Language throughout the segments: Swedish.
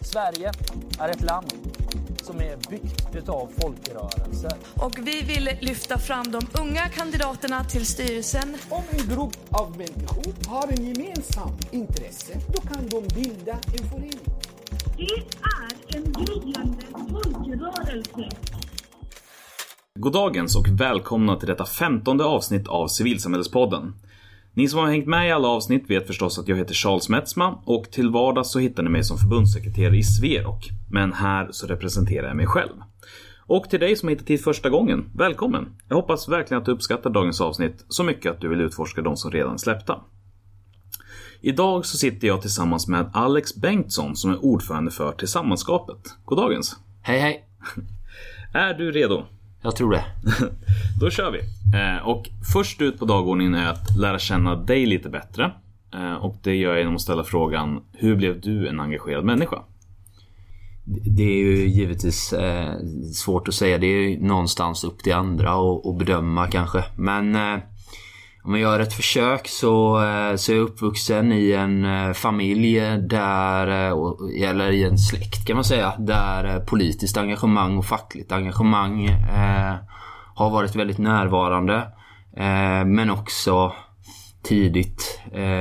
Sverige är ett land som är byggt utav folkrörelser. Och vi vill lyfta fram de unga kandidaterna till styrelsen. Om en grupp av människor har en gemensam intresse, då kan de bilda en förening. Det är en gryende folkrörelse. Goddagens och välkomna till detta 15:e avsnitt av Civilsamhällespodden. Ni som har hängt med i alla avsnitt vet förstås att jag heter Charles Metzma och till vardags så hittar ni mig som förbundssekreterare i Sverok. Men här så representerar jag mig själv. Och till dig som har hittat hit första gången, välkommen! Jag hoppas verkligen att du uppskattar dagens avsnitt så mycket att du vill utforska de som redan släppta. Idag så sitter jag tillsammans med Alex Bengtsson som är ordförande för Tillsammanskapet. Goddagens! Hej hej! Är du redo? Jag tror det. Då kör vi. Och först ut på dagordningen är att lära känna dig lite bättre. Och det gör jag genom att ställa frågan: hur blev du en engagerad människa? Det är ju givetvis svårt att säga. Det är någonstans upp till andra och bedöma kanske. Men om jag gör ett försök så är jag uppvuxen i en familj där, eller i en släkt kan man säga, där politiskt engagemang och fackligt engagemang har varit väldigt närvarande. Men också tidigt.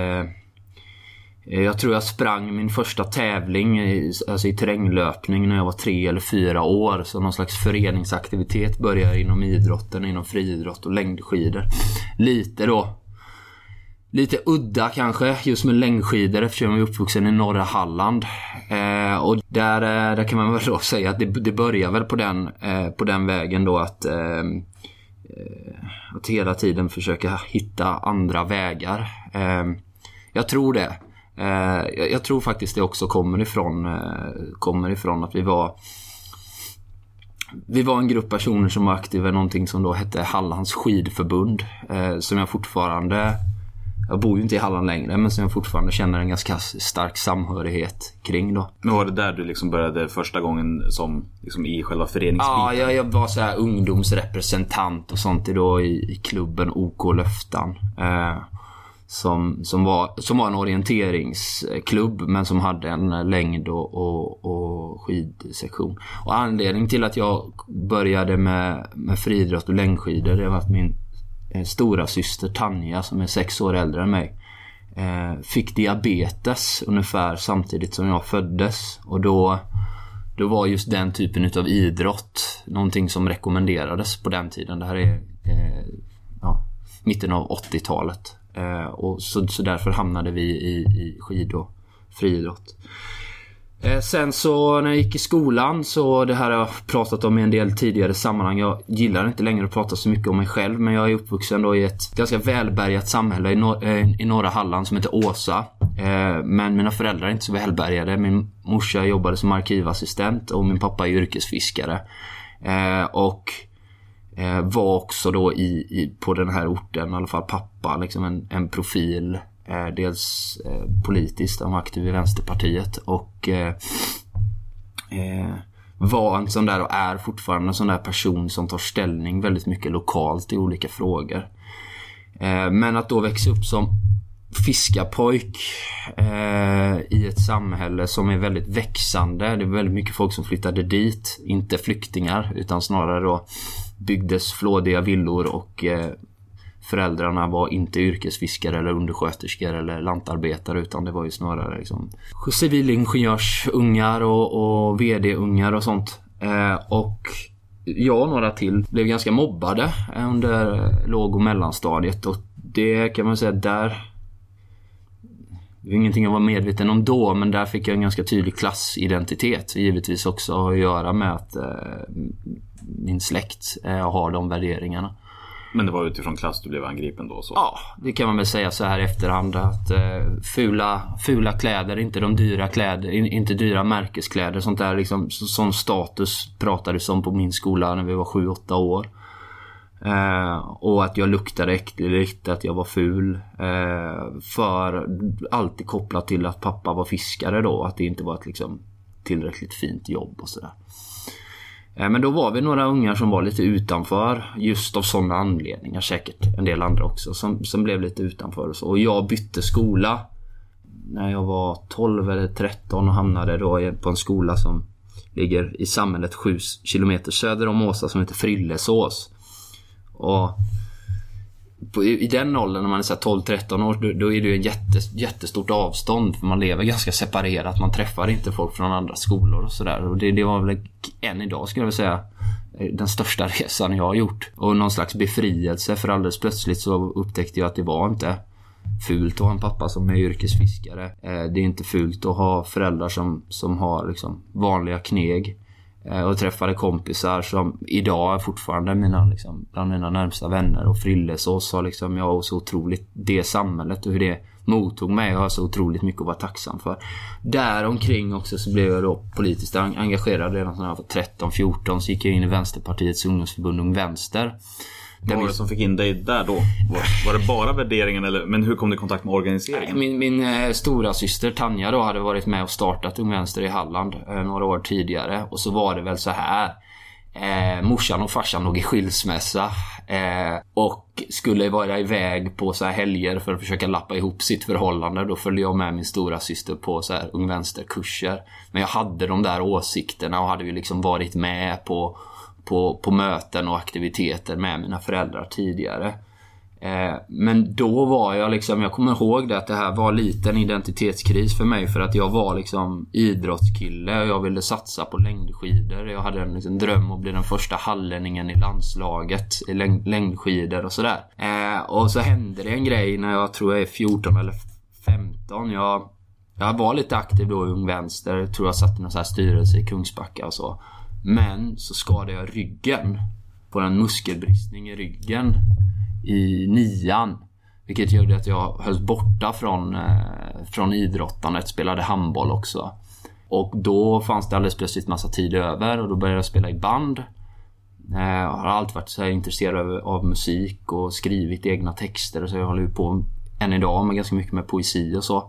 Jag tror jag sprang min första tävling alltså i terränglöpning när jag var 3 eller 4 år. Så någon slags föreningsaktivitet började inom idrotten, inom friidrott och längdskidor. Lite udda kanske just med längdskidor eftersom jag är uppvuxen i norra Halland. Och där kan man väl då säga att det börjar väl på den vägen då att hela tiden försöka hitta andra vägar. Jag tror det. Jag tror faktiskt det också kommer ifrån att vi var en grupp personer som var aktiva i någonting som då hette Hallands skidförbund, som jag bor ju inte i Halland längre, men som jag fortfarande känner en ganska stark samhörighet kring då. Men var det där du liksom började första gången som liksom i själva föreningsbiten? Ja, jag var så här ungdomsrepresentant och sånt då i klubben OK Löftan. Som var en orienteringsklubb men som hade en längd och skidsektion. Och anledningen till att jag började med friidrott och längdskidor, det var att min stora syster Tanja, som är 6 år äldre än mig, fick diabetes ungefär samtidigt som jag föddes. Och då var just den typen av idrott någonting som rekommenderades på den tiden. Det här är mitten av 80-talet. Och så därför hamnade vi i skid- och friidrott. Sen så när jag gick i skolan, så det här har jag pratat om i en del tidigare sammanhang. Jag gillar inte längre att prata så mycket om mig själv, men jag är uppvuxen då i ett ganska välbärgat samhälle i norra Halland som heter Åsa. Men mina föräldrar är inte så välbärgade. Min morsa jobbade som arkivassistent och min pappa är yrkesfiskare. Och var också då på den här orten, i alla fall pappa, liksom en profil, dels politiskt, han var aktiv i Vänsterpartiet och var en sån där och är fortfarande en sån där person som tar ställning väldigt mycket lokalt i olika frågor. Men att då växa upp som fiskarpojk i ett samhälle som är väldigt växande, det är väldigt mycket folk som flyttade dit, inte flyktingar utan snarare då byggdes flådiga villor och föräldrarna var inte yrkesfiskare eller undersköterskor eller lantarbetare, utan det var ju snarare liksom civilingenjörsungar och vd-ungar och sånt. Och jag och några till blev ganska mobbade under låg- och mellanstadiet, och det kan man säga där, det var ingenting jag var medveten om då, men där fick jag en ganska tydlig klassidentitet, givetvis också att göra med att min släkt har de värderingarna. Men det var utifrån klass du blev angripen då? Så. Ja, det kan man väl säga så här i efterhand, att fula kläder, inte de dyra kläder, inte dyra märkeskläder, sånt där liksom, sån status pratades om på min skola när vi var 7-8 år. Och att jag luktade äckligt, att jag var ful, för alltid kopplat till att pappa var fiskare då, att det inte var ett liksom tillräckligt fint jobb och sådär. Men då var vi några ungar som var lite utanför, just av sådana anledningar, säkert en del andra också som blev lite utanför och så. Och jag bytte skola när jag var 12 eller 13 och hamnade då på en skola som ligger i samhället 7 kilometer söder om Åsa som heter Frillesås. Och i den åldern när man är 12-13 år då är det ju jättestort avstånd, för man lever ganska separerat, man träffar inte folk från andra skolor och sådär. Och det var väl än idag skulle jag säga den största resan jag har gjort. Och någon slags befrielse, för alldeles plötsligt så upptäckte jag att det var inte fult att ha en pappa som är yrkesfiskare. Det är inte fult att ha föräldrar som har liksom vanliga kneg. Och träffade kompisar som idag är fortfarande bland mina närmsta vänner. Och Frillesås har liksom, jag var så otroligt, det samhället och hur det mottog mig, jag har så otroligt mycket att vara tacksam för. Där omkring också så blev jag då politiskt engagerad redan när jag var 13-14, så gick jag in i Vänsterpartiets ungdomsförbund Ung Vänster. Vad var det som fick in dig där då? Var det bara värderingen eller, men hur kom du i kontakt med organiseringen? Min stora syster Tanja då hade varit med och startat Ung Vänster i Halland några år tidigare. Och så var det väl så här. Morsan och farsan låg i skilsmässa och skulle vara iväg på så här helger för att försöka lappa ihop sitt förhållande. Då följde jag med min stora syster på så här Ung Vänsterkurser. Men jag hade de där åsikterna och hade ju liksom varit med på möten och aktiviteter med mina föräldrar tidigare. Men då var jag liksom, jag kommer ihåg det, att det här var lite en identitetskris för mig, för att jag var liksom idrottskille och jag ville satsa på längdskidor. Jag hade en liksom dröm att bli den första hallänningen i landslaget i längdskidor och sådär. Och så hände det en grej när jag tror jag är 14 eller 15. Jag var lite aktiv då i Ung Vänster, jag tror jag satt i någon så här styrelse i Kungsbacka och så. Men så skadade jag ryggen, på en muskelbristning i ryggen i 9:an, vilket gjorde att jag hölls borta från idrottandet, spelade handboll också. Och då fanns det alldeles plötsligt massa tid över och då började jag spela i band. Jag har alltid varit så här intresserad av musik och skrivit egna texter, och så jag håller ju på än idag med ganska mycket med poesi och så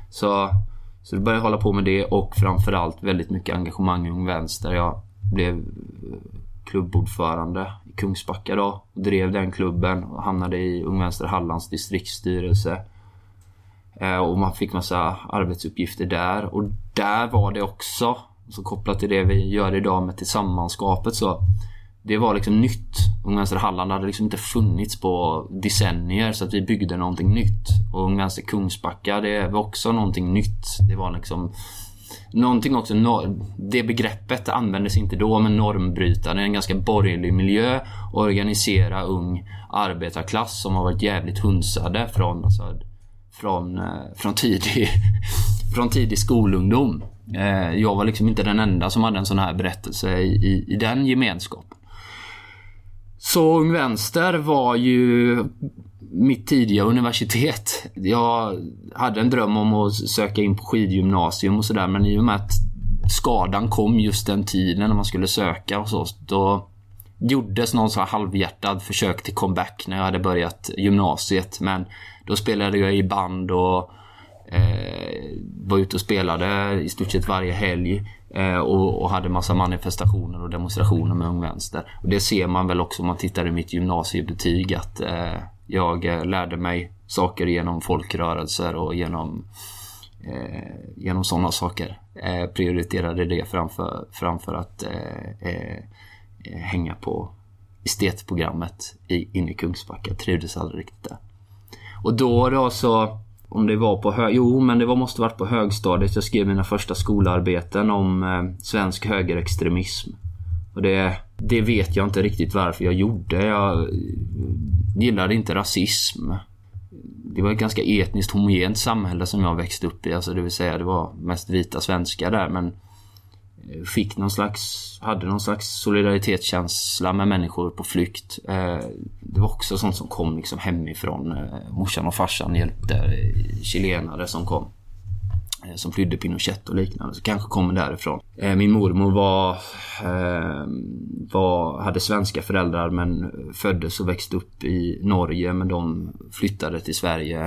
då började jag hålla på med det, och framförallt väldigt mycket engagemang i Ung Vänster. Jag blev klubbordförande i Kungsbacka då, och drev den klubben och hamnade i Ung Vänster Hallands distriktsstyrelse. Och man fick massa arbetsuppgifter där, och där var det också, så kopplat till det vi gör idag med tillsammanskapet, så det var liksom nytt. Ung Vänster Halland hade liksom inte funnits på decennier, så att vi byggde någonting nytt. Och Ung Vänster Kungsbacka, det var också någonting nytt. Det var liksom någonting också, det begreppet användes inte då, men normbrytande, en ganska borgerlig miljö, organisera ung arbetarklass som har varit jävligt hunsade från tidig skolungdom. Jag var liksom inte den enda som hade en sån här berättelse i den gemenskapen. Så Ung Vänster var ju mitt tidiga universitet. Jag hade en dröm om att söka in på skidgymnasium och sådär, men i och med att skadan kom just den tiden när man skulle söka och så, då gjordes någon sån här halvhjärtad försök till comeback när jag hade börjat gymnasiet. Men då spelade jag i band och var ute och spelade i stort sett varje helg, och hade massa manifestationer och demonstrationer med Ung Vänster. Och det ser man väl också om man tittar i mitt gymnasiebetyg, att jag lärde mig saker genom folkrörelser och genom sådana saker. Prioriterade det framför att hänga på estetprogrammet inne i Kungsbacka. Trivdes aldrig riktigt där. Och då så, om det var det måste varit på högstadiet, jag skrev mina första skolarbeten om svensk högerextremism. Och det vet jag inte riktigt varför jag gjorde. Jag gillade inte rasism. Det var ett ganska etniskt homogent samhälle som jag växte upp i. Alltså det vill säga, det var mest vita svenskar där, men hade någon slags solidaritetskänsla med människor på flykt. Det var också sånt som kom liksom hemifrån. Morsan och farsan hjälpte chilenare som kom, som flydde Pinochet och liknande, så kanske kommer därifrån. Min mormor hade svenska föräldrar men föddes och växte upp i Norge, men de flyttade till Sverige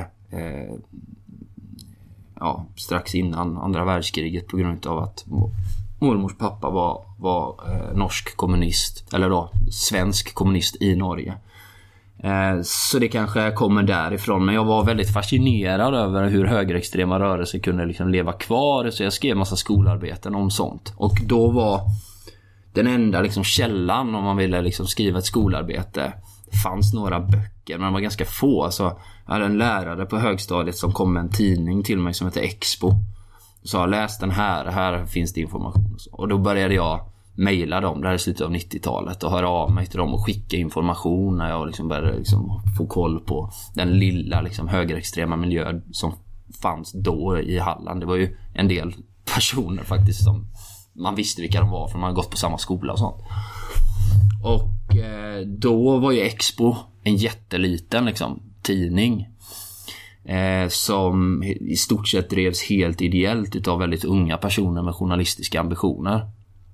strax innan andra världskriget på grund av att mormors pappa var norsk kommunist, eller då svensk kommunist i Norge. Så det kanske kommer därifrån. Men jag var väldigt fascinerad över hur högerextrema rörelser kunde liksom leva kvar. Så jag skrev massa skolarbeten om sånt. Och då var den enda liksom källan om man ville liksom skriva ett skolarbete. Det fanns några böcker, men det var ganska få. Så jag hade en lärare på högstadiet som kom med en tidning till mig som heter Expo. Så jag läste den här finns det information. Och då började jag mejla dem, det här är slutet av 90-talet, och höra av mig till dem och skicka information när jag liksom började liksom få koll på den lilla liksom högerextrema miljö som fanns då i Halland. Det var ju en del personer faktiskt som man visste vilka de var, för man hade gått på samma skola och sånt. Och då var ju Expo en jätteliten liksom tidning som i stort sett drevs helt ideellt utav väldigt unga personer med journalistiska ambitioner.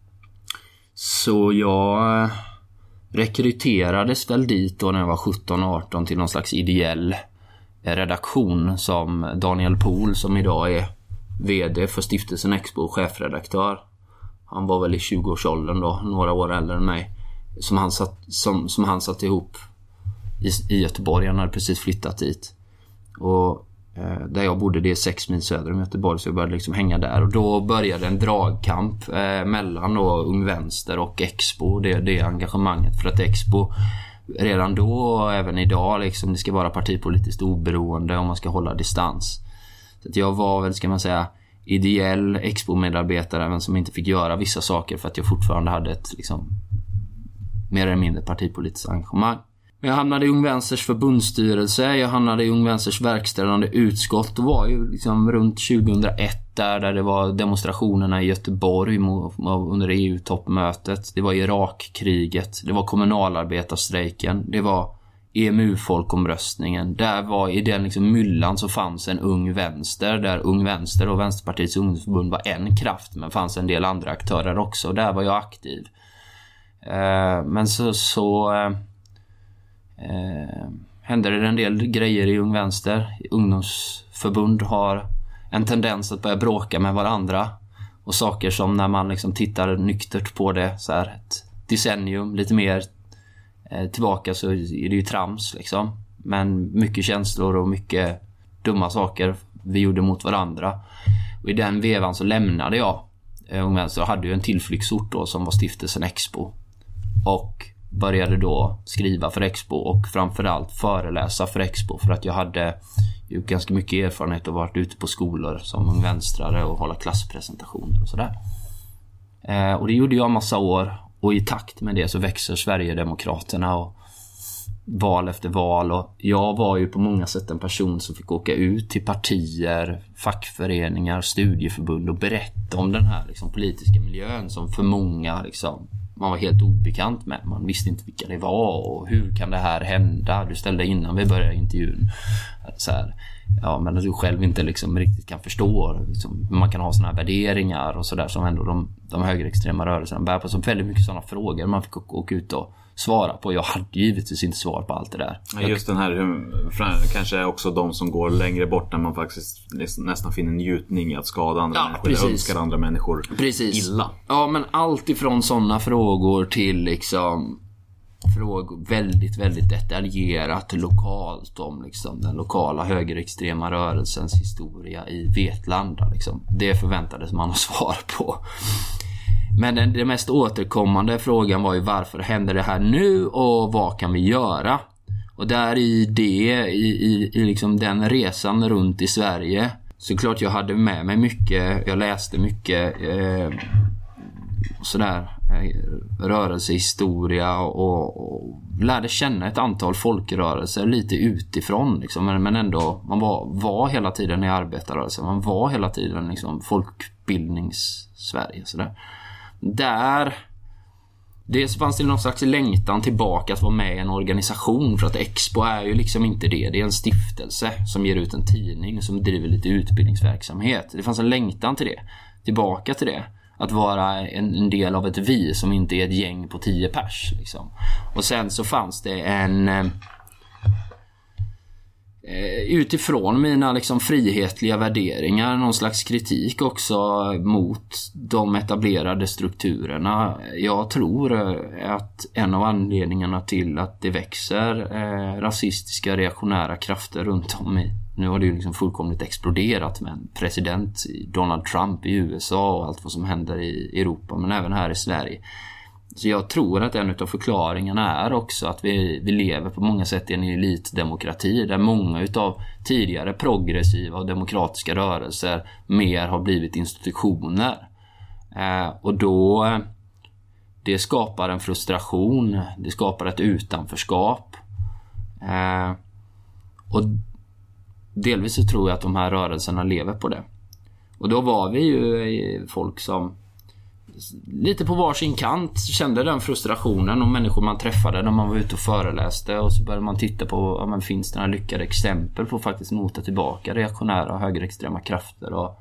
Så jag rekryterades väl dit då när jag var 17-18 till någon slags ideell redaktion som Daniel Pohl, som idag är vd för stiftelsen Expo, chefredaktör. Han var väl i 20-årsåldern då, några år äldre än mig, som han satt ihop i Göteborg. Han hade precis flyttat dit. Och där jag bodde, det är 6 mil söder om Göteborg, så jag började liksom hänga där. Och då började en dragkamp mellan då Ung Vänster och Expo, det engagemanget. För att Expo redan då och även idag liksom, det ska vara partipolitiskt oberoende och man ska hålla distans. Så att jag var väl, ska man säga, ideell Expo-medarbetare, men som inte fick göra vissa saker för att jag fortfarande hade ett liksom mer eller mindre partipolitiskt engagemang. Jag hamnade i Ung Vänsters förbundsstyrelse, jag hamnade i Ung Vänsters verkställande utskott och var ju liksom runt 2001 där det var demonstrationerna i Göteborg under EU-toppmötet. Det var Irakkriget, det var kommunalarbetarstrejken, det var EMU-folkomröstningen. Där var i den liksom myllan så fanns en Ung Vänster, där Ung Vänster och Vänsterpartiets ungdomsförbund var en kraft, men fanns en del andra aktörer också, och där var jag aktiv. Men så händer det en del grejer i Ung Vänster. Ungdomsförbund har en tendens att börja bråka med varandra, och saker som när man liksom tittar nyktert på det så här ett decennium lite mer tillbaka, så är det ju trams liksom. Men mycket känslor och mycket dumma saker vi gjorde mot varandra. Och i den vevan så lämnade jag Ung Vänster och hade ju en tillflyktsort då som var stiftelsen Expo, och började då skriva för Expo och framförallt föreläsa för Expo, för att jag hade ju ganska mycket erfarenhet och varit ute på skolor som Ung Vänstrare och hålla klasspresentationer och sådär. Och det gjorde jag massa år, och i takt med det så växer Sverigedemokraterna och val efter val, och jag var ju på många sätt en person som fick åka ut till partier, fackföreningar, studieförbund och berätta om den här liksom politiska miljön som för många liksom man var helt obekant med. Man visste inte vilka det var och hur kan det här hända. Du ställde innan vi började intervjun så här, ja, men att du själv inte liksom riktigt kan förstå liksom, hur man kan ha såna här värderingar och sådär som ändå de högerextrema rörelserna bär på. Så väldigt mycket sådana frågor man fick åka ut och svara på. Jag hade givetvis inte svar på allt det där. Just den här, kanske också de som går längre bort när man faktiskt nästan finner njutning i att skada andra människor, eller önskar andra människor illa. Ja, men allt ifrån sådana frågor till liksom frågor väldigt, väldigt detaljerat lokalt om liksom den lokala högerextrema rörelsens historia i Vetlanda liksom. Det förväntades man ha svar på. Men den mest återkommande frågan var ju varför händer det här nu och vad kan vi göra? Och där i liksom den resan runt i Sverige, så klart jag hade med mig mycket, jag läste mycket sådär rörelsehistoria och lärde känna ett antal folkrörelser lite utifrån liksom, men ändå man var hela tiden i arbetarrörelsen, man var hela tiden liksom folkbildnings-Sverige sådär. Där det fanns det någon slags längtan tillbaka att vara med i en organisation, för att Expo är ju liksom inte det. Det är en stiftelse som ger ut en tidning som driver lite utbildningsverksamhet. Det fanns en längtan till det, tillbaka till det. Att vara en del av ett vi som inte är ett gäng på 10 pers liksom. Och sen så fanns det utifrån mina liksom frihetliga värderingar någon slags kritik också mot de etablerade strukturerna. Jag tror att en av anledningarna till att det växer rasistiska reaktionära krafter runt om i, nu har det ju liksom fullkomligt exploderat med en president Donald Trump i USA och allt vad som händer i Europa, men även här i Sverige. Så jag tror att en av förklaringarna är också att vi lever på många sätt i en elitdemokrati där många utav tidigare progressiva och demokratiska rörelser mer har blivit institutioner. Och då det skapar en frustration, det skapar ett utanförskap. Och delvis så tror jag att de här rörelserna lever på det. Och då var vi ju folk som lite på varsin kant kände den frustrationen, och människor man träffade när man var ute och föreläste, och så började man titta på om finns det några lyckade exempel på att faktiskt mota tillbaka reaktionära och högerextrema krafter, och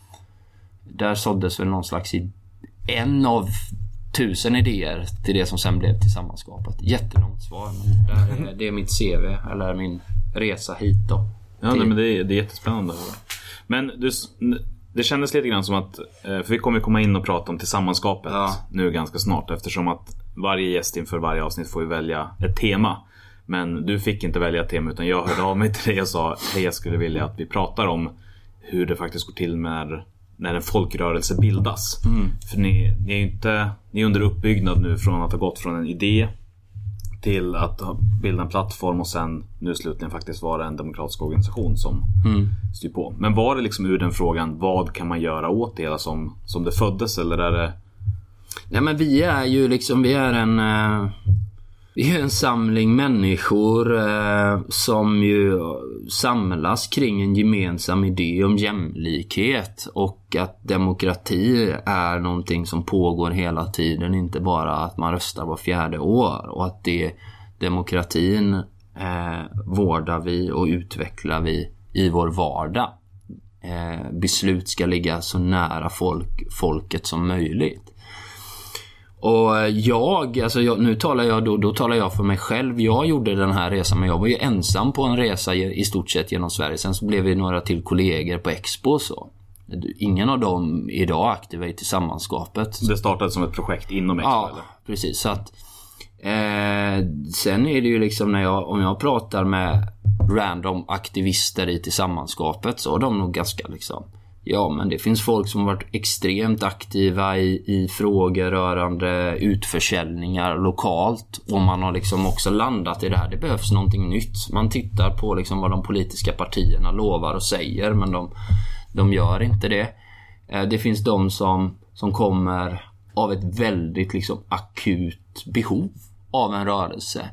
där såddes väl någon slags en av 1000 idéer till det som sen blev Tillsammanskapet. Jättelångt svar, men det är mitt CV eller min resa hit då. Ja, men det är jättespännande att höra. Men det kändes lite grann som att, för vi kommer komma in och prata om Tillsammanskapet nu ganska snart, eftersom att varje gäst inför varje avsnitt får ju välja ett tema. Men du fick inte välja ett tema, utan jag hörde av mig till dig och sa hej, jag skulle vilja att vi pratar om hur det faktiskt går till när en folkrörelse bildas. För ni är under uppbyggnad nu, från att ha gått från en idé till att bilda en plattform och sen nu slutligen faktiskt vara en demokratisk organisation som styr på. Men var det liksom ur den frågan, vad kan man göra åt det hela som det föddes, eller är det? Nej, men vi är ju liksom, vi är en samling människor som ju samlas kring en gemensam idé om jämlikhet, och att demokrati är någonting som pågår hela tiden, inte bara att man röstar var 4:e år, och att demokratin vårdar vi och utvecklar vi i vår vardag. Beslut ska ligga så nära folket som möjligt. Och nu talar jag då talar jag för mig själv. Jag gjorde den här resan, men jag var ju ensam på en resa i stort sett genom Sverige. Sen så blev vi några till kollegor på Expo, så ingen av dem är idag aktiva i Tillsammanskapet. Det startade som ett projekt inom Expo, ja, eller? Precis. Så att sen är det ju liksom om jag pratar med random aktivister i Tillsammanskapet, så är de nog ganska liksom, ja, men det finns folk som har varit extremt aktiva i frågor rörande utförsäljningar lokalt, och man har liksom också landat i det här. Det behövs någonting nytt. Man tittar på liksom vad de politiska partierna lovar och säger, men de gör inte det. Det finns de som kommer av ett väldigt liksom akut behov av en rörelse.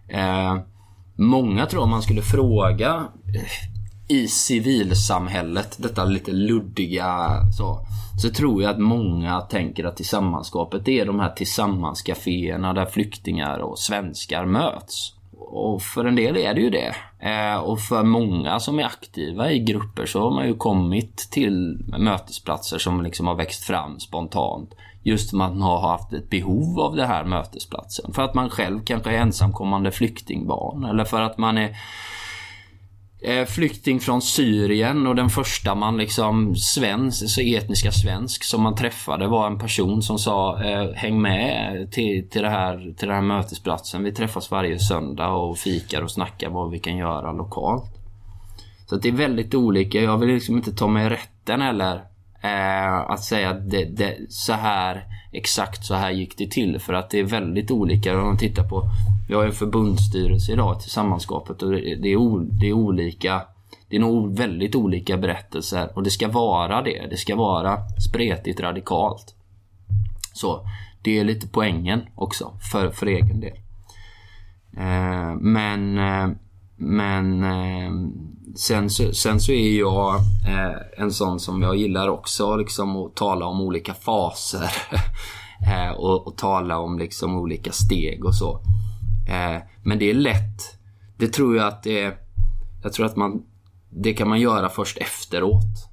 Många tror man skulle fråga i civilsamhället, detta lite luddiga så tror jag att många tänker att Tillsammanskapet är de här tillsammanskaféerna där flyktingar och svenskar möts. Och för en del är det ju det. Och för många som är aktiva i grupper så har man ju kommit till mötesplatser som liksom har växt fram spontant. Just för att man har haft ett behov av det här mötesplatsen. För att man själv kanske är ensamkommande flyktingbarn, eller för att man är flykting från Syrien, och den första man liksom så etniska svensk som man träffade var en person som sa häng med till den här mötesplatsen, vi träffas varje söndag och fikar och snackar vad vi kan göra lokalt. Så att det är väldigt olika. Jag vill liksom inte ta mig rätten eller att säga att det så här, exakt så här gick det till, för att det är väldigt olika. Om man tittar på, vi har en förbundsstyrelse idag Tillsammanskapet, och det är olika, det är nog väldigt olika berättelser, och det ska vara det ska vara spretigt radikalt. Så det är lite poängen också för egen del. Men sen så är jag en sån som jag gillar också liksom att tala om olika faser och tala om liksom olika steg och så. Men det är lätt. Det tror jag att jag tror att det kan man göra först efteråt.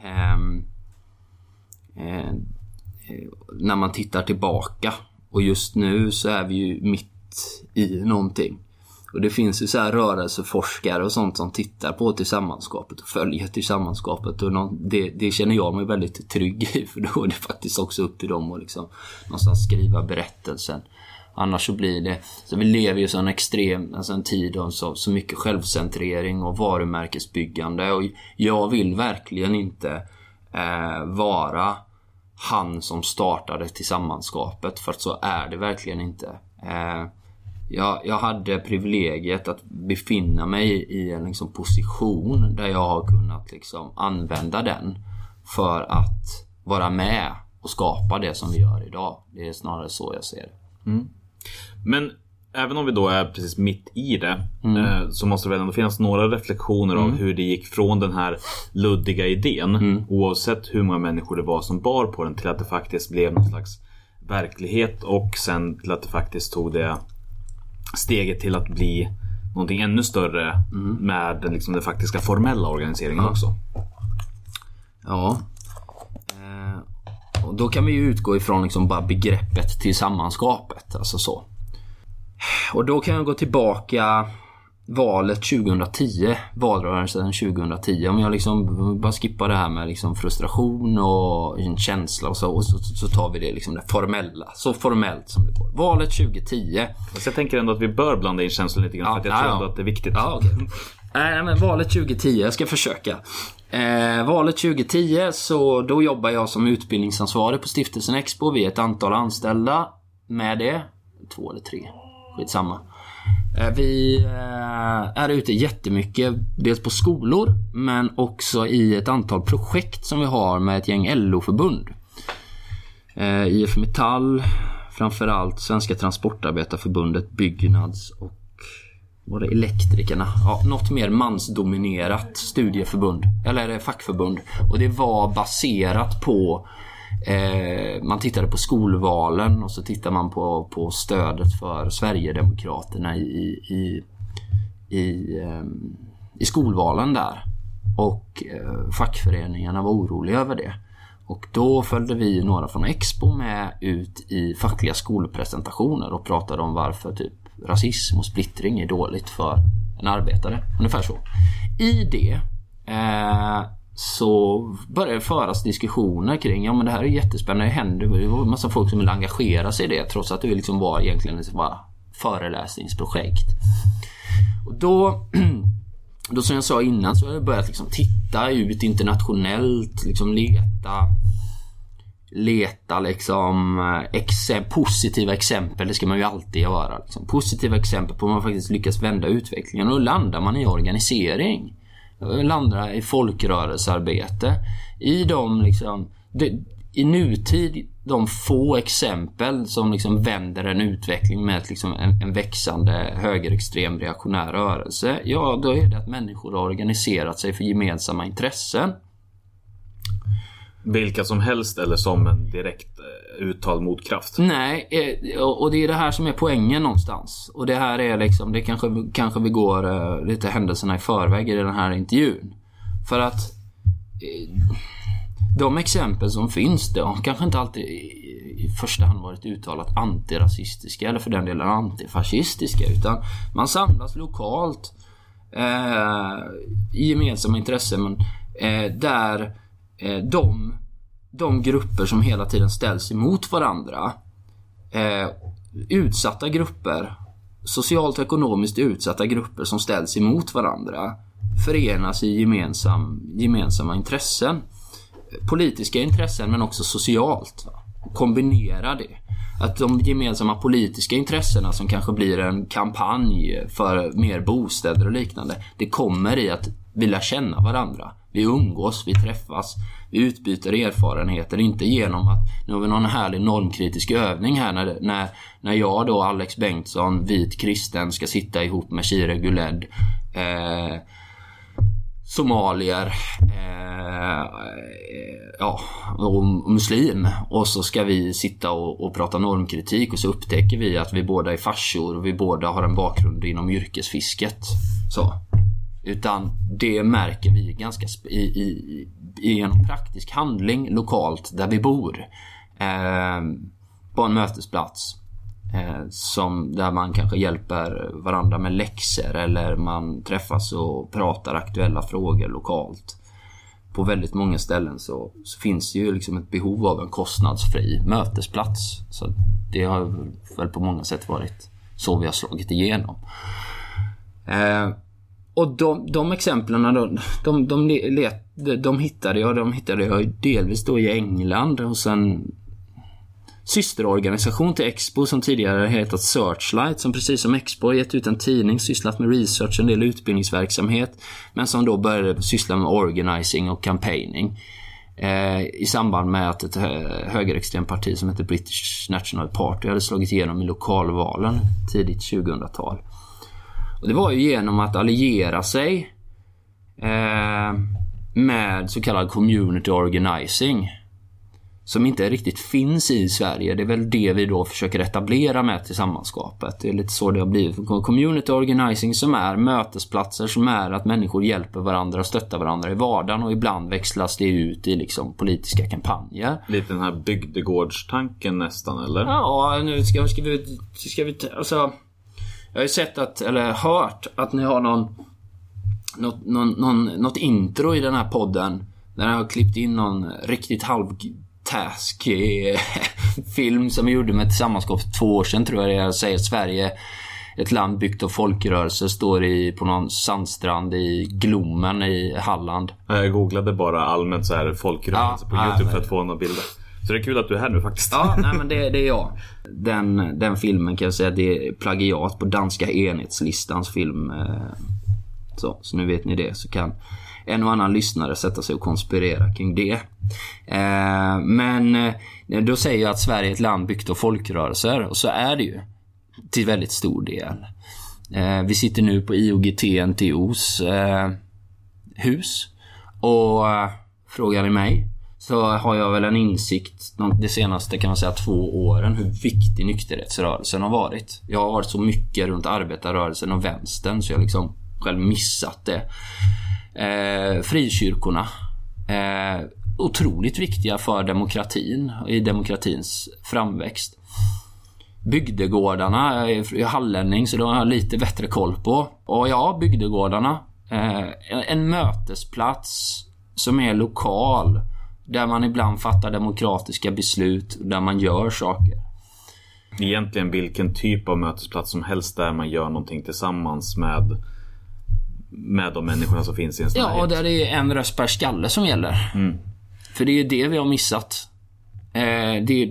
När man tittar tillbaka, och just nu så är vi ju mitt i någonting. Och det finns ju så här rörelseforskare och sånt som tittar på tillsammanskapet och följer tillsammanskapet. Och det känner jag mig väldigt trygg i, för då är det faktiskt också upp till dem att liksom någonstans skriva berättelsen. Annars så blir det... Så vi lever ju så en extrem en tid av så mycket självcentrering och varumärkesbyggande. Och jag vill verkligen inte vara han som startade tillsammanskapet. För att så är det verkligen inte. Jag hade privilegiet att befinna mig i en liksom position där jag har kunnat liksom använda den för att vara med och skapa det som vi gör idag. Det är snarare så jag ser det. Mm. Men även om vi då är precis mitt i det så måste det väl ändå finnas några reflektioner av hur det gick från den här luddiga idén, oavsett hur många människor det var som bar på den, till att det faktiskt blev någon slags verklighet, och sen till att det faktiskt tog det steget till att bli någonting ännu större med den, liksom, den faktiska formella organiseringen också. Ja. Och då kan vi ju utgå ifrån liksom bara begreppet tillsammanskapet, alltså så. Och då kan jag gå tillbaka valet 2010, valrörelsen 2010. Om jag liksom bara skippar det här med liksom frustration och en känsla och så tar vi det liksom det formella, så formellt som det går. Valet 2010. Så jag tänker ändå att vi bör blanda in känslor lite grann, för att jag tror ändå att det är viktigt. Ja, okay. Men valet 2010, jag ska försöka. Valet 2010, så då jobbar jag som utbildningsansvarig på Stiftelsen Expo. Vi är ett antal anställda med det. 2 eller 3, skitsamma. Vi är ute jättemycket, dels på skolor men också i ett antal projekt som vi har med ett gäng LO-förbund. IF Metall, framförallt Svenska Transportarbetarförbundet, Byggnads och var det Elektrikerna. Ja, något mer mansdominerat studieförbund eller fackförbund. Och det var baserat på man tittade på skolvalen och så tittar man på stödet för Sverigedemokraterna i skolvalen där. Och fackföreningarna var oroliga över det. Och då följde vi några från Expo med ut i fackliga skolpresentationer och pratade om varför typ rasism och splittring är dåligt för en arbetare. Ungefär så. I det så började det föras diskussioner kring, ja men det här är jättespännande, det händer, det var en massa folk som vill engagera sig i det, trots att det liksom var egentligen ett föreläsningsprojekt. Och då som jag sa innan, så har jag börjat liksom titta ut internationellt, liksom leta liksom positiva exempel. Det ska man ju alltid göra liksom. Positiva exempel på hur man faktiskt lyckas vända utvecklingen, och då landar man i organisering, landar i folkrörelsearbete, i de liksom i nutid de få exempel som liksom vänder en utveckling med liksom en växande högerextrem reaktionär rörelse. Ja, då är det att människor har organiserat sig för gemensamma intressen. Vilka som helst, eller som en direkt uttal motkraft? Nej, och det är det här som är poängen någonstans. Och det här är liksom, det kanske vi går lite händelserna i förväg i den här intervjun. För att de exempel som finns då kanske inte alltid i första hand varit uttalat antirasistiska eller för den delen antifascistiska, utan man samlas lokalt i gemensamma intressen, men där de grupper som hela tiden ställs emot varandra, utsatta grupper, socialt och ekonomiskt utsatta grupper som ställs emot varandra, förenas i gemensamma intressen, politiska intressen men också socialt, kombinera det. Att de gemensamma politiska intressena som kanske blir en kampanj för mer bostäder och liknande, det kommer i att vi lär känna varandra. Vi umgås, vi träffas, vi utbyter erfarenheter, inte genom att nu har vi någon härlig normkritisk övning här när jag då, Alex Bengtsson, vit kristen, ska sitta ihop med Shire Guled, somalier och muslim, och så ska vi sitta och prata normkritik, och så upptäcker vi att vi båda är farsor och vi båda har en bakgrund inom yrkesfisket. Så. Utan det märker vi ganska genom praktisk handling lokalt där vi bor, på en mötesplats, Där man kanske hjälper varandra med läxor eller man träffas och pratar aktuella frågor lokalt. På väldigt många ställen så finns det ju liksom ett behov av en kostnadsfri mötesplats. Så det har väl på många sätt varit så vi har slagit igenom. Och de exemplen de hittade jag delvis då i England hos en systerorganisation till Expo som tidigare hetat Searchlight, som precis som Expo har gett ut en tidning, sysslat med research, en del utbildningsverksamhet, men som då började syssla med organizing och campaigning i samband med att ett högerextremt parti som heter British National Party hade slagit igenom i lokalvalen tidigt 2000-tal. Och det var ju genom att alliera sig med så kallad community organizing, som inte riktigt finns i Sverige. Det är väl det vi då försöker etablera med tillsammanskapet. Det är lite så det har blivit. Community organizing som är mötesplatser, som är att människor hjälper varandra och stöttar varandra i vardagen, och ibland växlas det ut i liksom politiska kampanjer. Lite den här bygdegårdstanken nästan, eller? Ja, nu ska vi alltså, jag har ju sett eller hört att ni har något intro i den här podden där jag har klippt in någon riktigt halvtaskig film som vi gjorde med tillsammanskap för 2 år sedan, tror jag det är. Jag säger Sverige, ett land byggt av folkrörelser, står på någon sandstrand i Glommen i Halland. Jag googlade bara allmänt så här folkrörelser på YouTube för att få några bilder. Så det är kul att du är här nu faktiskt. Ja, nej, men det är jag. Den filmen kan jag säga, det är plagiat på danska enhetslistans film. Så nu vet ni det, så kan en och annan lyssnare sätta sig och konspirera kring det. Men då säger jag att Sverige är ett land byggt av folkrörelser, och så är det ju till väldigt stor del. Vi sitter nu på IOGT-NTOs hus, och frågar ni mig så har jag väl en insikt de senaste, kan man säga, 2 åren hur viktig nykterhetsrörelsen har varit. Jag har varit så mycket runt arbetarrörelsen och vänstern så jag liksom själv missat det. Frikyrkorna otroligt viktiga för demokratin, i demokratins framväxt. Bygdegårdarna, jag är hallänning så då har jag lite bättre koll på. Och ja, bygdegårdarna, en mötesplats som är lokal, där man ibland fattar demokratiska beslut, där man gör saker. Egentligen vilken typ av mötesplats som helst där man gör någonting tillsammans med de människorna som finns i en sån här. Ja, och där det är en röst per skalle som gäller. För det är det vi har missat. Det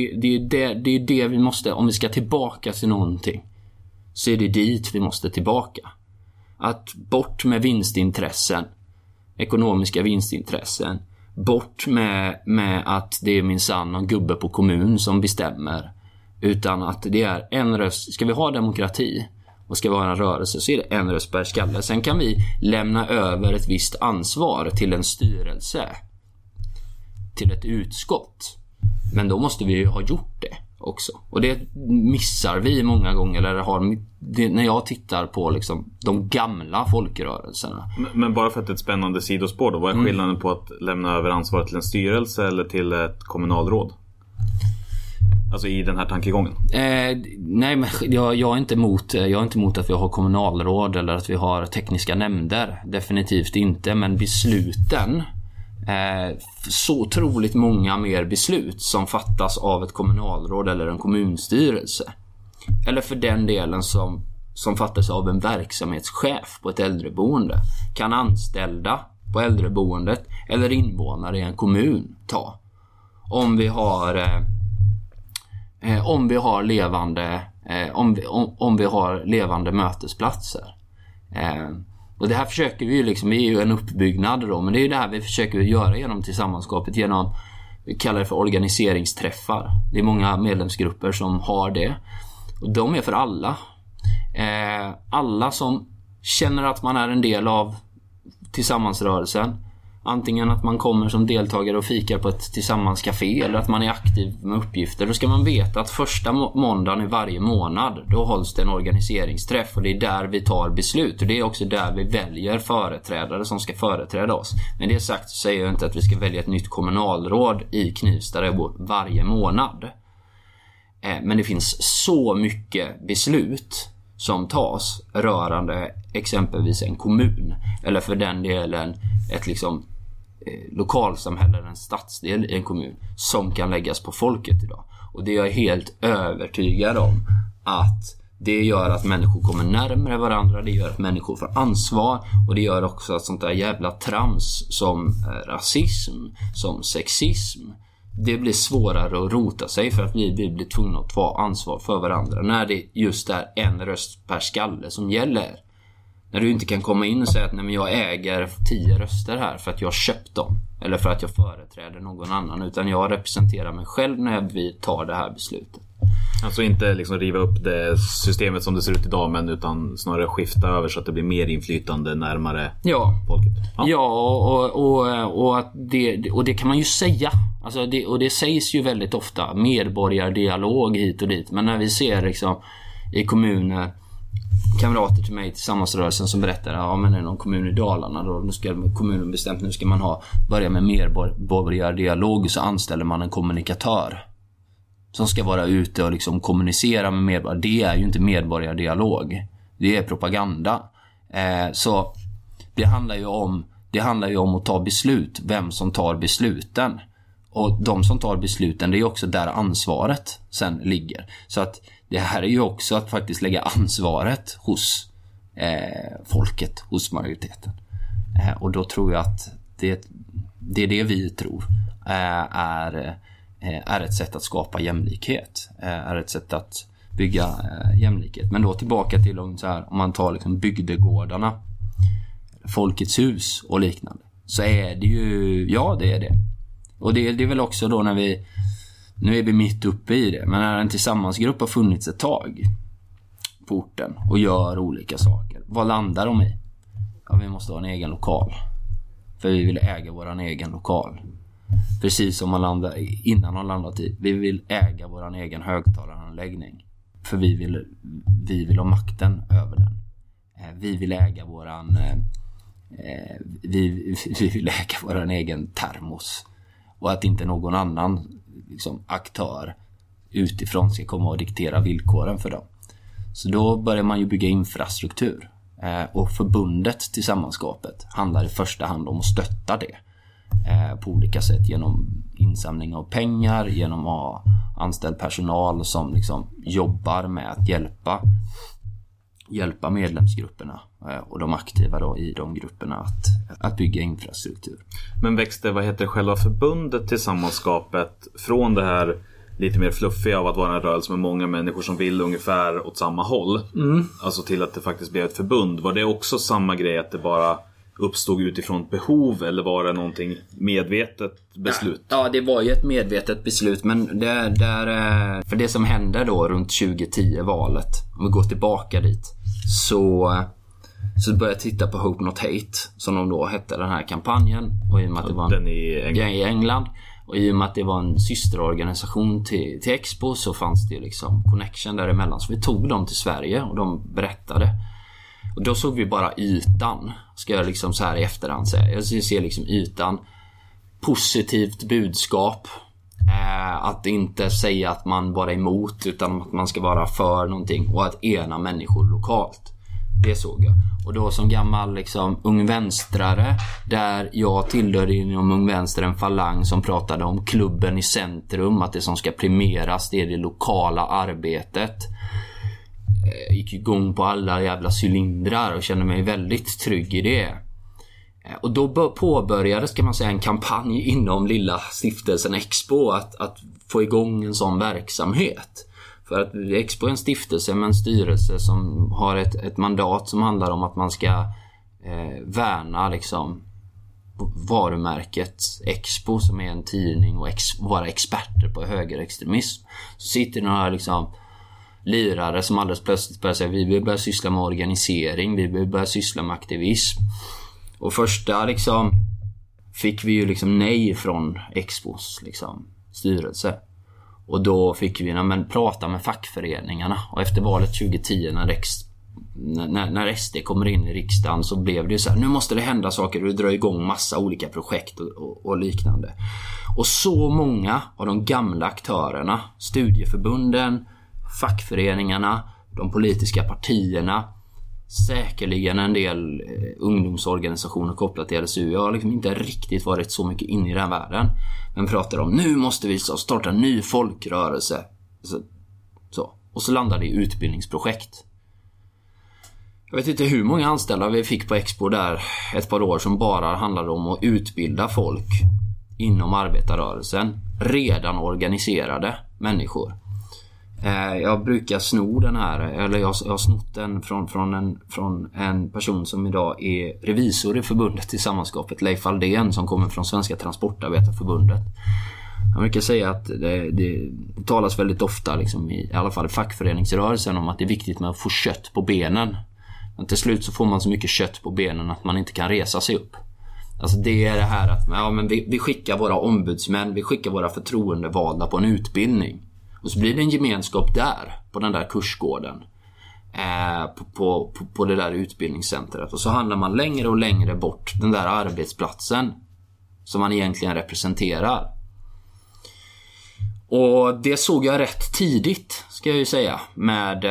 är det vi måste, om vi ska tillbaka till någonting, så är det dit vi måste tillbaka. Att bort med vinstintressen, ekonomiska vinstintressen, bort med att det är minsann någon gubbe på kommun som bestämmer, utan att det är en röst. Ska vi ha demokrati och ska vi ha en rörelse, så är det en röst per skalle. Sen kan vi lämna över ett visst ansvar till en styrelse, till ett utskott, men då måste vi ju ha gjort det också. Och det missar vi många gånger, eller när jag tittar på liksom de gamla folkrörelserna. Men bara för att det är ett spännande sidospår då, vad är skillnaden på att lämna över ansvaret till en styrelse eller till ett kommunalråd? Alltså i den här tankegången. Nej, men jag är inte emot att vi har kommunalråd eller att vi har tekniska nämnder. Definitivt inte, men besluten, så otroligt många mer beslut som fattas av ett kommunalråd eller en kommunstyrelse, eller för den delen som fattas av en verksamhetschef på ett äldreboende, kan anställda på äldreboendet eller invånare i en kommun ta, om vi har levande mötesplatser. Och det här försöker vi ju liksom, vi är ju en uppbyggnad då, men det är ju det här vi försöker göra genom tillsammanskapet, genom, vi kallar det för organiseringsträffar. Det är många medlemsgrupper som har det, och de är för alla. Alla som känner att man är en del av tillsammansrörelsen, antingen att man kommer som deltagare och fikar på ett tillsammanscafé, eller att man är aktiv med uppgifter. Då ska man veta att första måndagen i varje månad, då hålls det en organiseringsträff, och det är där vi tar beslut, och det är också där vi väljer företrädare som ska företräda oss. Men det sagt så säger jag inte att vi ska välja ett nytt kommunalråd i Knivsta varje månad. Men det finns så mycket beslut som tas rörande exempelvis en kommun, eller för den delen ett liksom lokalsamhälle eller en stadsdel i en kommun, som kan läggas på folket idag. Och det är jag helt övertygad om att det gör att människor kommer närmare varandra, det gör att människor får ansvar, och det gör också att sånt där jävla trams som rasism, som sexism, det blir svårare att rota sig, för att vi blir tvungna att ta ansvar för varandra när det just är en röst per skalle som gäller. När du inte kan komma in och säga att nej, men jag äger 10 röster här för att jag har köpt dem, eller för att jag företräder någon annan, utan jag representerar mig själv när vi tar det här beslutet. Alltså inte liksom riva upp det systemet som det ser ut idag, men utan snarare skifta över så att det blir mer inflytande närmare folket. Och det kan man ju säga. Alltså och det sägs ju väldigt ofta, medborgardialog hit och dit. Men när vi ser liksom i kommuner, kamrater till mig tillsammans rörelsen som berättar, men det är någon kommun i Dalarna då, nu ska kommunen bestämt, nu ska man börja med medborgardialog, så anställer man en kommunikatör som ska vara ute och liksom kommunicera med medborgare. Det är ju inte medborgardialog, det är propaganda. Så det handlar ju om att ta beslut, vem som tar besluten. Och de som tar besluten, det är också där ansvaret sen ligger. Så att det här är ju också att faktiskt lägga ansvaret hos folket, hos majoriteten. Och då tror jag att det är det vi tror är ett sätt att skapa jämlikhet, är ett sätt att bygga jämlikhet. Men då tillbaka till om man tar liksom bygdegårdarna, Folkets hus och liknande, så är det ju, det är det. Och det är väl också då när nu är vi mitt uppe i det, men när en tillsammansgrupp har funnits ett tag på orten och gör olika saker, vad landar de i? Ja, vi måste ha en egen lokal, för vi vill äga våran egen lokal. Precis som man innan har landat i, vi vill äga våran egen högtalaranläggning, för vi vill ha makten över den. Vi vill äga våran vi vill äga våran egen termos, och att inte någon annan liksom aktör utifrån ska komma och diktera villkoren för dem. Så då börjar man ju bygga infrastruktur, och förbundet tillsammanskapet handlar i första hand om att stötta det på olika sätt, genom insamling av pengar, genom att ha anställd personal som liksom jobbar med att hjälpa medlemsgrupperna och de aktiva då i de grupperna att bygga infrastruktur. Men växte själva förbundet tillsammanskapet från det här lite mer fluffiga av att vara en rörelse med många människor som vill ungefär åt samma håll, alltså till att det faktiskt blev ett förbund? Var det också samma grej, att det bara uppstod utifrån ett behov, eller var det någonting medvetet beslut? Ja, det var ju ett medvetet beslut, men för det som hände då runt 2010-valet, om vi går tillbaka dit, så började jag titta på Hope Not Hate, som de då hette, den här kampanjen, och i och med att det var den i England, och i och med att det var en systerorganisation till Expo, så fanns det liksom connection däremellan, så vi tog dem till Sverige och de berättade. Och då såg vi bara ytan, ska jag liksom så här i efterhand säga. Jag ser liksom ytan, positivt budskap, att inte säga att man bara är emot, utan att man ska vara för någonting, och att ena människor lokalt. Det såg jag. Och då som gammal liksom ung vänstrare, där jag tillhörde inom ung vänster en falang som pratade om klubben i centrum, att det som ska primeras, det är det lokala arbetet. Gick igång på alla jävla cylindrar och kände mig väldigt trygg i det. Och då påbörjades, kan man säga, en kampanj inom lilla stiftelsen Expo att få igång en sån verksamhet. För att Expo är en stiftelse med en styrelse som har ett mandat som handlar om att man ska värna liksom varumärket Expo, som är en tidning, och vara experter på högerextremism. Så sitter några liksom lirare som alldeles plötsligt börjar säga: vi vill börja syssla med organisering, vi vill börja syssla med aktivism. Och första liksom fick vi ju liksom nej från Expos liksom styrelse. Och då fick vi prata med fackföreningarna. Och efter valet 2010 när SD kommer in i riksdagen, så blev det ju så här: nu måste det hända saker, och det drar igång massa olika projekt och liknande. Och så många av de gamla aktörerna, studieförbunden, fackföreningarna, de politiska partierna, säkerligen en del ungdomsorganisationer kopplat till LSU. Jag har liksom inte riktigt varit så mycket inne i den här världen. Men pratar om, nu måste vi starta en ny folkrörelse. Så. Och så landade det i utbildningsprojekt. Jag vet inte hur många anställda vi fick på Expo där ett par år som bara handlade om att utbilda folk inom arbetarrörelsen. Redan organiserade människor. Jag brukar sno den här, eller jag har snott den från en person som idag är revisor i förbundet till sammanskapet, Leif Aldén, som kommer från Svenska Transportarbetarförbundet. Jag brukar säga att det talas väldigt ofta liksom, i alla fall i fackföreningsrörelsen, om att det är viktigt med att få kött på benen. Men till slut så får man så mycket kött på benen att man inte kan resa sig upp. Alltså det är det här att men vi skickar våra ombudsmän, vi skickar våra förtroendevalda på en utbildning. Och så blir det en gemenskap där, på den där kursgården, på det där utbildningscentret. Och så handlar man längre och längre bort den där arbetsplatsen som man egentligen representerar. Och det såg jag rätt tidigt, ska jag ju säga, med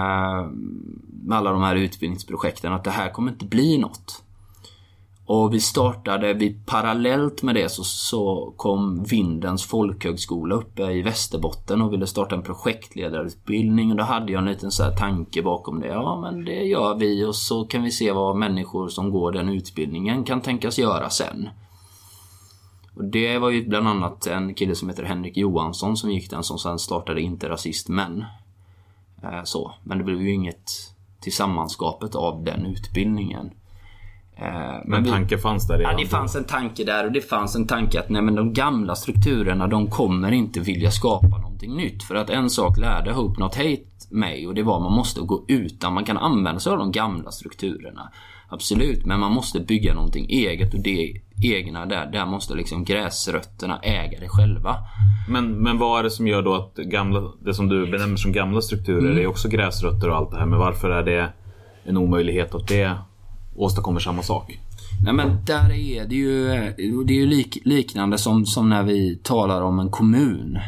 alla de här utbildningsprojekten, att det här kommer inte bli något. Och parallellt med det så kom Vindens folkhögskola uppe i Västerbotten och ville starta en projektledarutbildning. Och då hade jag en liten så här tanke bakom det. Ja, men det gör vi, och så kan vi se vad människor som går den utbildningen kan tänkas göra sen. Och det var ju bland annat en kille som heter Henrik Johansson som gick den, som sen startade Inte Rasist Men. Men det blev ju inget till sammanskapet av den utbildningen. Men tanke fanns där redan. Ja, det fanns en tanke där, och det fanns en tanke att de gamla strukturerna, de kommer inte vilja skapa någonting nytt. För att en sak lärde Hope Not Hate mig, och det var att man måste gå utan. Man kan använda sig av de gamla strukturerna, absolut, men man måste bygga någonting eget, och det egna där måste liksom gräsrötterna äga det själva. Men vad är det som gör då att det som du benämner som gamla strukturer, det är också gräsrötter och allt det här, men varför är det en omöjlighet att det åstadkommer samma sak? Nej, men där är det är ju liknande som när vi talar om en kommun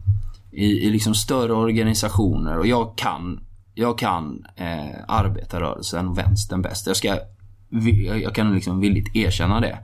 i liksom större organisationer. Och jag kan arbetarrörelsen och vänstern bäst. Jag kan liksom villigt erkänna det.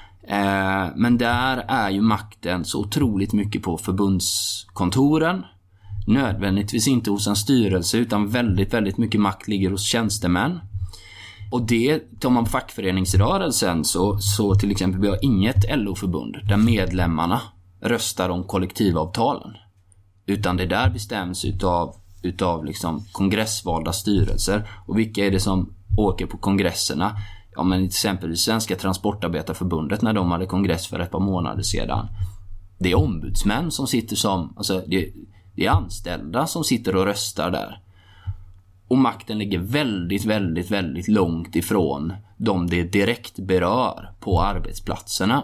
Men där är ju makten så otroligt mycket på förbundskontoren. Nödvändigtvis inte hos en styrelse, utan väldigt, väldigt mycket makt ligger hos tjänstemän. Och det, tar man fackföreningsrörelsen så till exempel vi har inget LO-förbund där medlemmarna röstar om kollektivavtalen. Utan det där bestäms utav liksom kongressvalda styrelser. Och vilka är det som åker på kongresserna? Ja, men till exempel Svenska Transportarbetarförbundet, när de hade kongress för ett par månader sedan. Det är ombudsmän som sitter som, alltså det är anställda som sitter och röstar där. Och makten ligger väldigt, väldigt, väldigt långt ifrån de det direkt berör på arbetsplatserna.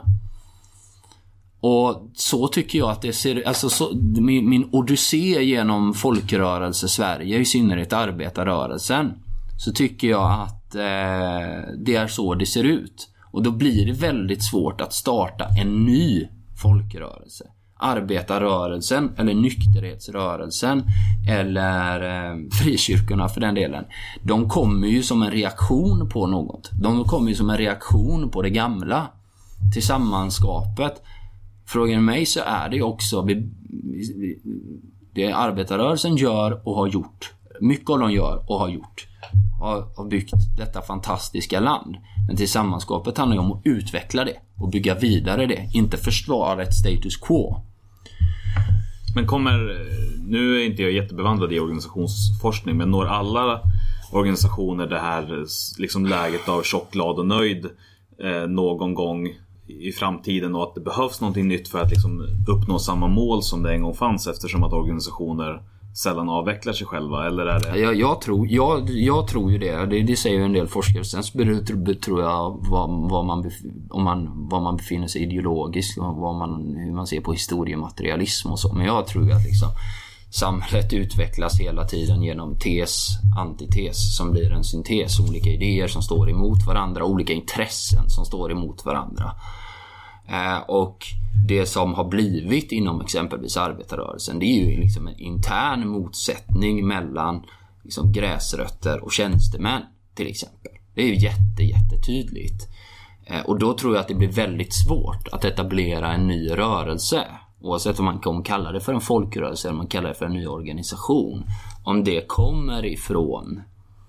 Och så tycker jag att det ser, alltså min odyssé genom folkrörelse Sverige, i synnerhet arbetarrörelsen, så tycker jag att det är så det ser ut. Och då blir det väldigt svårt att starta en ny folkrörelse. Arbetarrörelsen eller nykterhetsrörelsen eller frikyrkorna för den delen, de kommer ju som en reaktion på något. De kommer ju som en reaktion på det gamla, till sammanskapet. Frågar mig så är det också det arbetarrörelsen gör och har gjort. Mycket av de gör och har gjort. Har byggt detta fantastiska land. Men till sammanskapet handlar det om att utveckla det och bygga vidare det, inte försvara ett status quo. Men nu är inte jag jättebevandrad i organisationsforskning, men når alla organisationer det här liksom läget av tjock, glad och nöjd någon gång i framtiden, och att det behövs någonting nytt för att liksom uppnå samma mål som det en gång fanns, eftersom att organisationer sällan avvecklar sig själva, eller är det? Jag tror ju det säger ju en del forskare. Sen tror jag var man befinner sig ideologiskt, och hur man ser på historiematerialism och så. Men jag tror att liksom samhället utvecklas hela tiden genom tes, antites, som blir en syntes, olika idéer som står emot varandra, olika intressen som står emot varandra. Och det som har blivit inom exempelvis arbetarrörelsen, det är ju liksom en intern motsättning mellan liksom gräsrötter och tjänstemän till exempel. Det är ju jättetydligt. Och då tror jag att det blir väldigt svårt att etablera en ny rörelse, oavsett om man kan kalla det för en folkrörelse eller om man kallar det för en ny organisation, om det kommer ifrån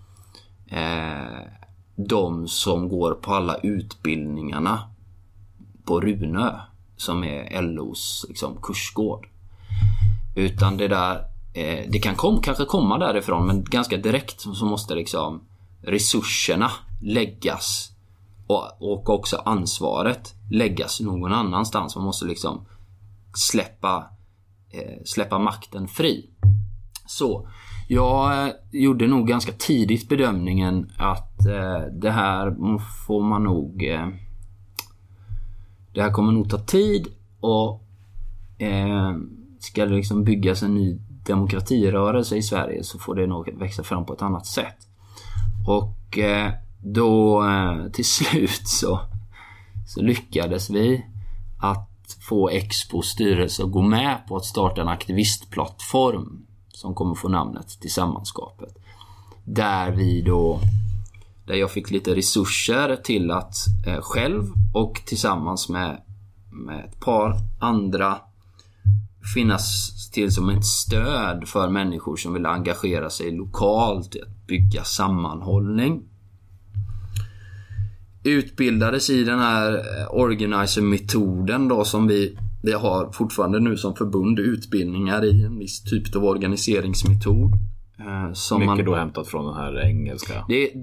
de som går på alla utbildningarna på Runö, som är LOs liksom kursgård. Utan det där, det kan kanske komma därifrån, men ganska direkt så måste liksom resurserna läggas och också ansvaret läggas någon annanstans. Man måste liksom släppa makten fri. Så jag gjorde nog ganska tidigt bedömningen att det här får man nog det här kommer nog ta tid, och ska det liksom byggas en ny demokratirörelse i Sverige så får det nog växa fram på ett annat sätt. Och då till slut så lyckades vi att få Expos styrelse att gå med på att starta en aktivistplattform som kommer få namnet Tillsammanskapet. Där jag fick lite resurser till att själv och tillsammans med ett par andra finnas till som ett stöd för människor som vill engagera sig lokalt i att bygga sammanhållning. Utbildades i den här organizer-metoden då, som vi har fortfarande nu som förbund utbildningar i en viss typ av organiseringsmetod. Som mycket då hämtat från den här engelska.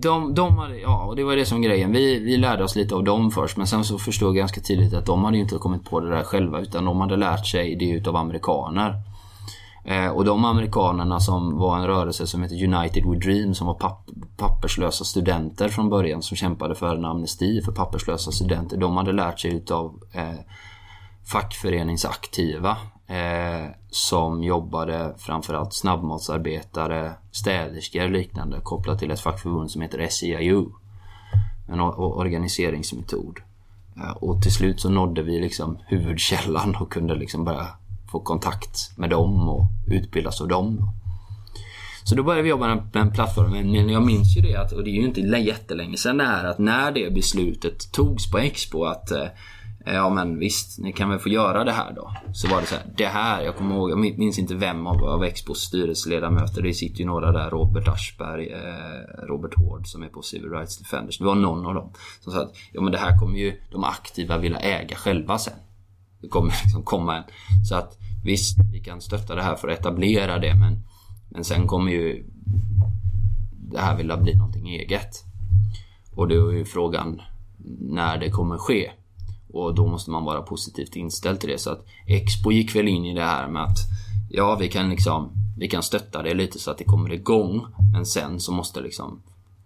Och det var det som grejen. Vi lärde oss lite av dem först, men sen så förstod jag ganska tidigt att de hade inte kommit på det där själva, utan de hade lärt sig det utav amerikaner. Och de amerikanerna som var en rörelse som heter United We Dream, som var papperslösa studenter från början, som kämpade för en amnesti för papperslösa studenter, de hade lärt sig utav fackföreningsaktiva som jobbade framförallt snabbmatsarbetare, städerskor och liknande, kopplat till ett fackförbund som heter SEIU, en organiseringsmetod. Och till slut så nådde vi liksom huvudkällan och kunde liksom börja få kontakt med dem och utbildas av dem. Så då började vi jobba med en plattform. Men jag minns ju det, att, och det är ju inte jättelänge sedan det här, att när det beslutet togs på Expo att ja men visst, ni kan väl få göra det här då. Så var det så här, det här, jag kommer ihåg, jag minns inte vem av Expos styrelseledamöter, det sitter ju några där, Robert Aschberg, Robert Hård som är på Civil Rights Defenders, det var någon av dem som sa att ja men det här kommer ju de aktiva vilja äga själva sen. Det kommer liksom komma en, så att visst, vi kan stötta det här för att etablera det, men sen kommer ju det här vilja bli någonting eget. Och det är ju frågan när det kommer ske. Och då måste man vara positivt inställd till det. Så att Expo gick väl in i det här med att ja, vi kan stötta det lite så att det kommer igång. Men sen så måste liksom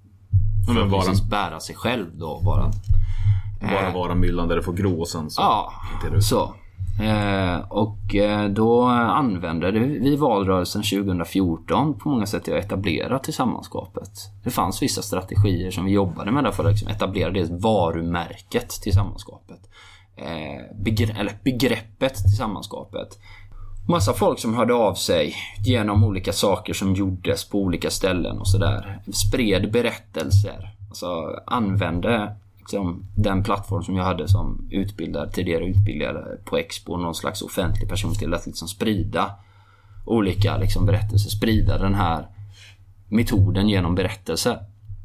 bära sig själv då. Bara vara myllan där det får grå sen. Så. Ja, så. Och då använde vi valrörelsen 2014 på många sätt att etablera Tillsammanskapet. Det fanns vissa strategier som vi jobbade med där för att liksom etablera det varumärket Tillsammanskapet. Begreppet Tillsammanskapet. Massa folk som hörde av sig genom olika saker som gjordes på olika ställen och sådär. Spred berättelser. Alltså använde den plattform som jag hade som tidigare utbildare på Expo, någon slags offentlig person, till att liksom sprida olika liksom berättelser, sprida den här metoden genom berättelser.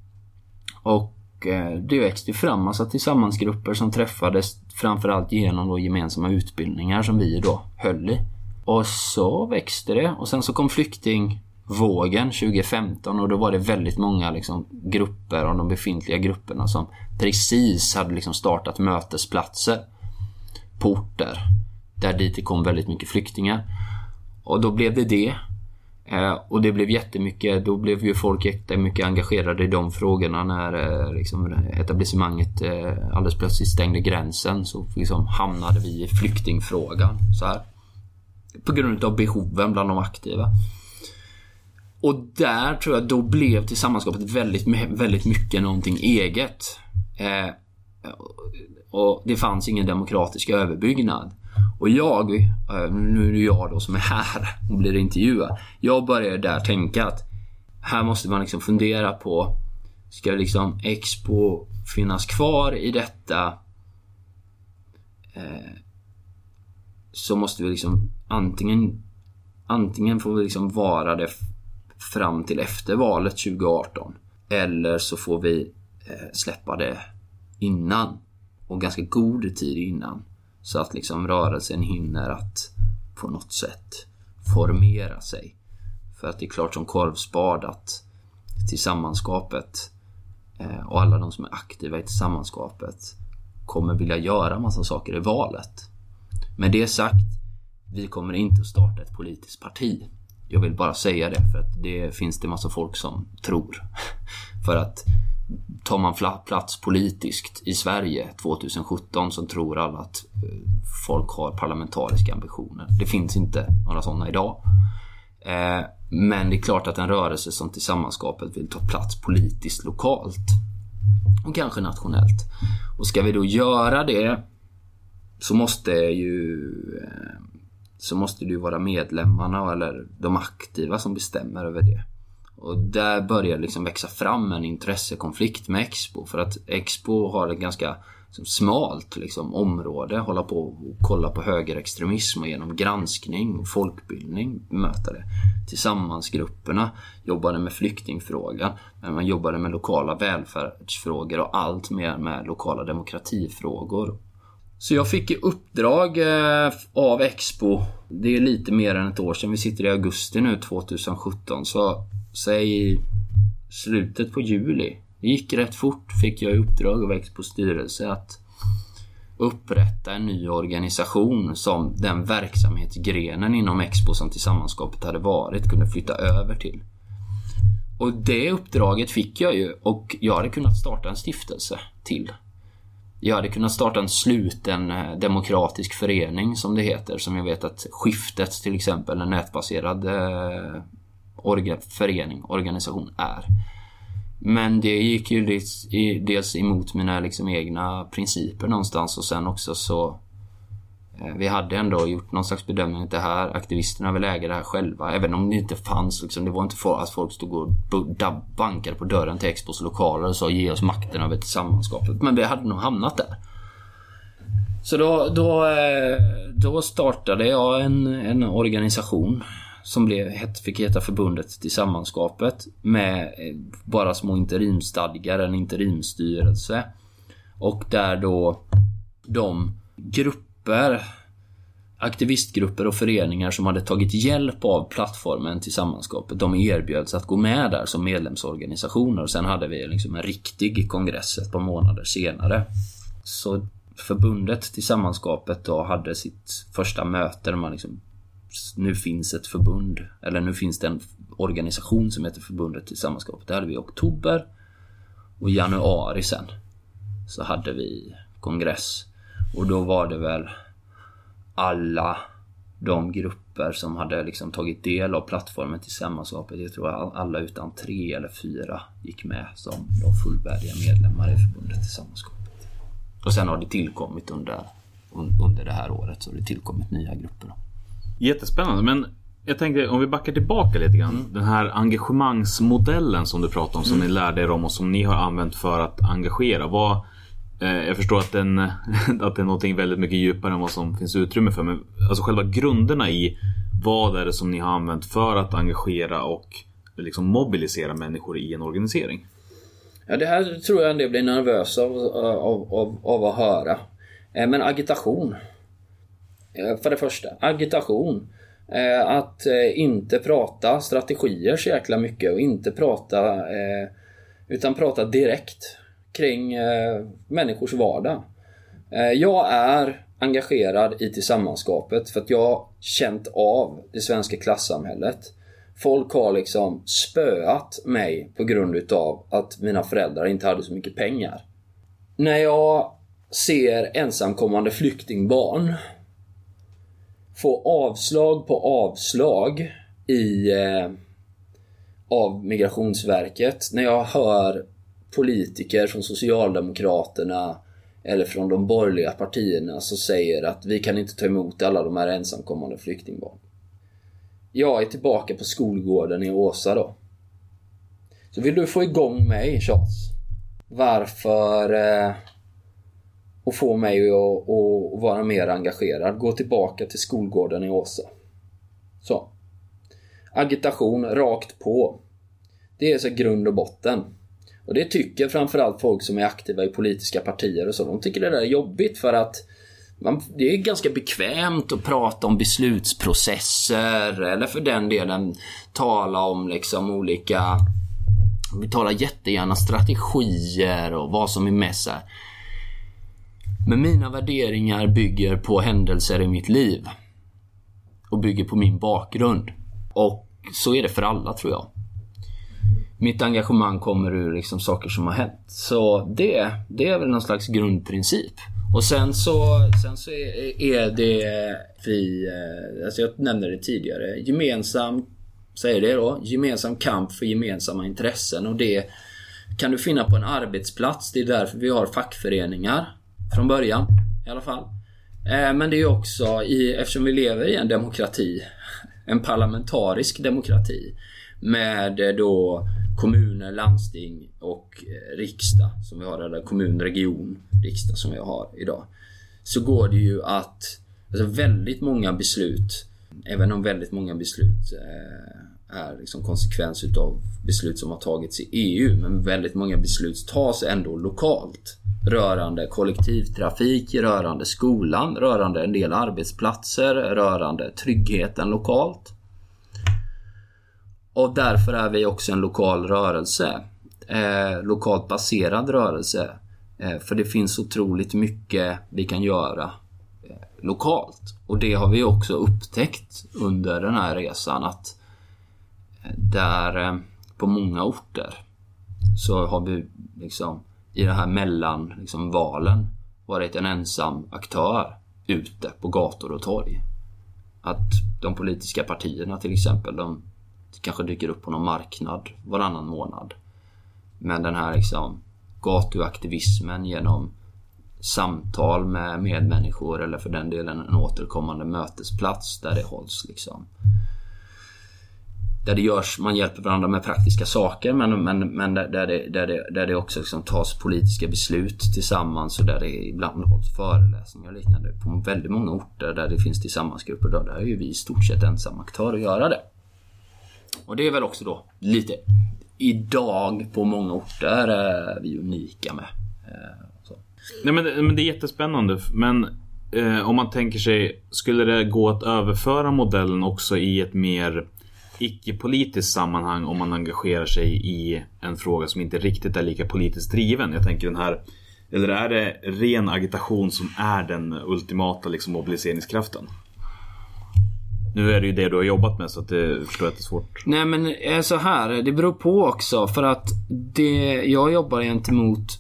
Och det växte fram alltså tillsammansgrupper som träffades framförallt genom då gemensamma utbildningar som vi då höll i. Och så växte det, och sen så kom flyktingvågen 2015, och då var det väldigt många liksom grupper av de befintliga grupperna som precis hade liksom startat mötesplatser på orter där dit det kom väldigt mycket flyktingar. Och då blev det och det blev jättemycket, då blev ju folk jättemycket engagerade i de frågorna när liksom etablissemanget alldeles plötsligt stängde gränsen, så liksom hamnade vi i flyktingfrågan så här, på grund av behoven bland de aktiva. Och där tror jag då blev Tillsammanskapet väldigt, väldigt mycket någonting eget. Och det fanns ingen demokratisk överbyggnad. Och nu är det jag då som är här och blir intervjuad. Jag började där tänka att här måste man liksom fundera på, ska liksom Expo finnas kvar i detta, så måste vi liksom antingen får vi liksom vara det fram till efter valet 2018, eller så får vi släppa det innan, och ganska god tid innan, så att liksom rörelsen hinner att på något sätt formera sig. För att det är klart som korvspad att tillsammanskapet och alla de som är aktiva i tillsammanskapet kommer vilja göra massa saker i valet. Med det sagt, vi kommer inte att starta ett politiskt parti. Jag vill bara säga det, för att det finns det massa folk som tror. För att tar man plats politiskt i Sverige 2017 så tror alla att folk har parlamentariska ambitioner. Det finns inte några sådana idag. Men det är klart att en rörelse som tillsammanskapet vill ta plats politiskt lokalt och kanske nationellt. Och ska vi då göra det så måste det ju vara medlemmarna eller de aktiva som bestämmer över det. Och där börjar liksom växa fram en intressekonflikt med Expo. För att Expo har ett ganska smalt liksom område. Hålla på och kolla på högerextremism och genom granskning och folkbildning möta det. Tillsammansgrupperna jobbade med flyktingfrågan, men man jobbade med lokala välfärdsfrågor och allt mer med lokala demokratifrågor. Så jag fick i uppdrag av Expo, det är lite mer än ett år sedan, vi sitter i augusti nu 2017, så säg slutet på juli, det gick rätt fort, fick jag i uppdrag av Expos styrelse att upprätta en ny organisation som den verksamhetsgrenen inom Expo som tillsammanskapet hade varit kunde flytta över till. Och det uppdraget fick jag ju, och jag hade kunnat starta en stiftelse till. Jag hade kunnat starta en sluten demokratisk förening som det heter, som jag vet att Skiftet till exempel, en nätbaserad organisation är. Men det gick ju dels emot mina liksom egna principer någonstans, och sen också så vi hade ändå gjort någon slags bedömning att det här, aktivisterna vill äga det här själva, även om det inte fanns liksom, det var inte för att folk stod och bankade på dörren till Expos lokaler och sa ge oss makten över tillsammanskapet, men vi hade nog hamnat där. Så då startade jag en organisation som fick heta Förbundet Tillsammanskapet, med bara små interimstadgar, en interimstyrelse, och där då de aktivistgrupper och föreningar som hade tagit hjälp av plattformen Tillsammanskapet, de erbjöds att gå med där som medlemsorganisationer, och sen hade vi liksom en riktig kongress ett par månader senare. Så förbundet Tillsammanskapet då hade sitt första möte där man liksom, nu finns ett förbund, eller nu finns det en organisation som heter Förbundet Tillsammanskapet. Det hade vi i oktober, och i januari sen så hade vi kongress. Och då var det väl alla de grupper som hade liksom tagit del av plattformen Tillsammanskapet, jag tror alla utan 3 eller 4 gick med som de fullvärdiga medlemmar i Förbundet Tillsammanskapet. Och sen har det tillkommit under det här året, så har det tillkommit nya grupper då. Jättespännande, men jag tänkte om vi backar tillbaka lite grann. Den här engagemangsmodellen som du pratade om, som ni lärde er om och som ni har använt för att engagera. Jag förstår att det är någonting väldigt mycket djupare än vad som finns utrymme för. Men alltså själva grunderna i vad är det som ni har använt för att engagera och liksom mobilisera människor i en organisering? Ja, det här tror jag en del blir nervös av att höra. Men agitation. För det första, agitation. Att inte prata strategier så jäkla mycket och inte prata utan prata direkt kring människors vardag. Jag är engagerad i tillsammanskapet för att jag har känt av det svenska klassamhället. Folk har liksom spöat mig på grund utav att mina föräldrar inte hade så mycket pengar. När jag ser ensamkommande flyktingbarn få avslag på avslag av Migrationsverket, när jag hör politiker från Socialdemokraterna eller från de borgerliga partierna som säger att vi kan inte ta emot alla de här ensamkommande flyktingbarn. Jag är tillbaka på skolgården i Åsa då. Så vill du få igång mig, Charles? Varför och få mig att vara mer engagerad? Gå tillbaka till skolgården i Åsa. Så. Agitation rakt på. Det är så grund och botten. Och det tycker framförallt folk som är aktiva i politiska partier och så. De tycker det där är jobbigt för att det är ganska bekvämt att prata om beslutsprocesser eller för den delen tala om liksom olika... Vi talar jättegärna strategier och vad som är mest här. Men mina värderingar bygger på händelser i mitt liv. Och bygger på min bakgrund. Och så är det för alla, tror jag. Mitt engagemang kommer ur liksom saker som har hänt. Så det är väl någon slags grundprincip. Och sen så är det vi, alltså jag nämnde det tidigare, gemensam kamp för gemensamma intressen. Och det kan du finna på en arbetsplats. Det är därför vi har fackföreningar från början i alla fall. Men det är också eftersom vi lever i en demokrati, en parlamentarisk demokrati med då kommuner, landsting och riksdag som vi har, eller kommun, region, riksdag som vi har idag, så går det ju att väldigt många beslut, även om väldigt många beslut är liksom konsekvens utav beslut som har tagits i EU, men väldigt många beslut tas ändå lokalt rörande kollektivtrafik, rörande skolan, rörande en del arbetsplatser, rörande tryggheten lokalt. Och därför är vi också en lokal rörelse, lokalt baserad rörelse, för det finns otroligt mycket vi kan göra lokalt. Och det har vi också upptäckt under den här resan, att där på många orter så har vi liksom i det här mellan liksom valen varit en ensam aktör ute på gator och torg. Att de politiska partierna till exempel, de kanske dyker upp på någon marknad varannan månad. Men den här liksom gatuaktivismen genom samtal med medmänniskor, eller för den delen en återkommande mötesplats där det hålls liksom, där det görs, man hjälper varandra med praktiska saker, men där det också liksom tas politiska beslut tillsammans, och där det ibland hålls föreläsningar och liknande på väldigt många orter där det finns tillsammansgrupper. Där är ju vi i stort sett ensam aktör att göra det. Och det är väl också då lite idag på många orter är vi unika med. Så. Nej, men det är jättespännande. Men om man tänker sig, skulle det gå att överföra modellen också i ett mer icke-politiskt sammanhang om man engagerar sig i en fråga som inte riktigt är lika politiskt driven? Jag tänker den här, eller är det ren agitation som är den ultimata liksom mobiliseringskraften? Nu är det ju det du har jobbat med, så att det förstår jag att det är svårt. Nej, men så här, det beror på också. För att jag jobbar gentemot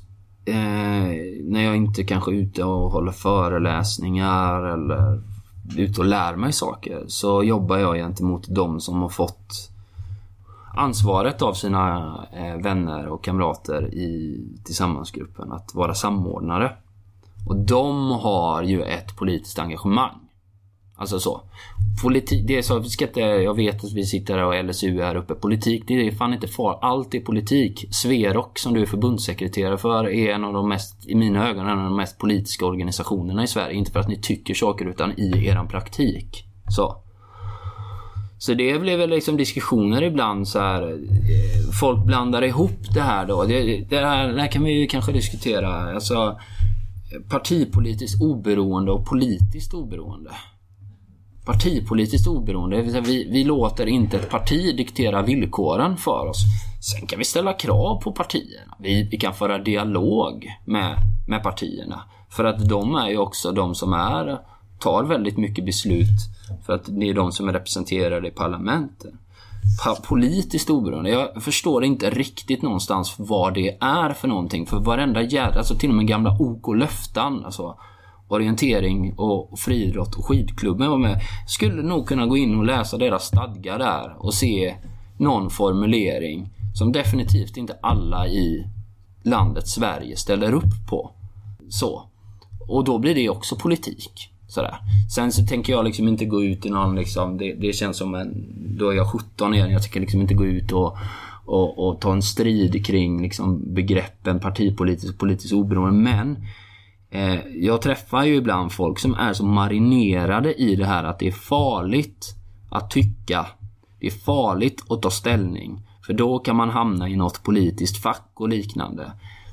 när jag inte kanske är ute och håller föreläsningar eller ute och lär mig saker, så jobbar jag gentemot de som har fått ansvaret av sina vänner och kamrater i tillsammansgruppen att vara samordnare. Och de har ju ett politiskt engagemang. Alltså så. Politik, det är så, jag vet att vi sitter här och LSU är uppe. Politik, det är fan inte far. Allt är politik. Sverok, som du är förbundssekreterare för, är en av de mest, i mina ögon, en av de mest politiska organisationerna i Sverige. Inte för att ni tycker saker, utan i eran praktik. Så det blev väl liksom diskussioner ibland så här. Folk blandar ihop det här då. Det här kan vi ju kanske diskutera. Alltså partipolitiskt oberoende och politiskt oberoende. Partipolitiskt oberoende, det vill säga vi låter inte ett parti diktera villkoren för oss. Sen kan vi ställa krav på partierna. Vi kan föra dialog med partierna. För att de är ju också de som tar väldigt mycket beslut. För att det är de som är representerade i parlamenten. Politiskt oberoende, jag förstår inte riktigt någonstans vad det är för någonting. För varenda jävla, alltså till och med gamla OK Löftan, alltså orientering och friidrott och skidklubben var med, skulle nog kunna gå in och läsa deras stadgar där och se någon formulering som definitivt inte alla i landet Sverige ställer upp på. Så. Och då blir det också politik. Sådär. Sen så tänker jag liksom inte gå ut i någon liksom, det känns som då är jag 17 igen. Jag tänker liksom inte gå ut och ta en strid kring liksom begreppen partipolitiskt och politiskt oberoende. Men jag träffar ju ibland folk som är så marinerade i det här att det är farligt att tycka. Det är farligt att ta ställning. För då kan man hamna i något politiskt fack och liknande.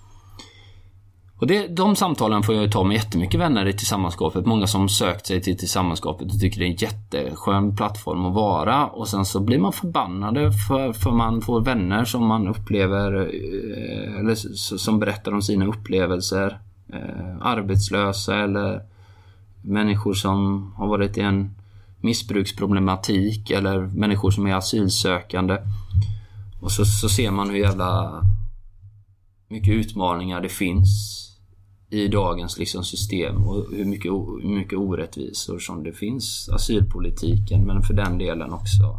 Och de samtalen får jag ju ta med jättemycket vänner i Tillsammanskapet. Många som sökt sig till Tillsammanskapet och tycker det är en jätteskön plattform att vara. Och sen så blir man förbannade för man får vänner som man upplever, eller som berättar om sina upplevelser. Arbetslösa eller människor som har varit i en missbruksproblematik eller människor som är asylsökande. Och så ser man hur jävla mycket utmaningar det finns i dagens liksom system och hur mycket orättvisor som det finns asylpolitiken, men för den delen också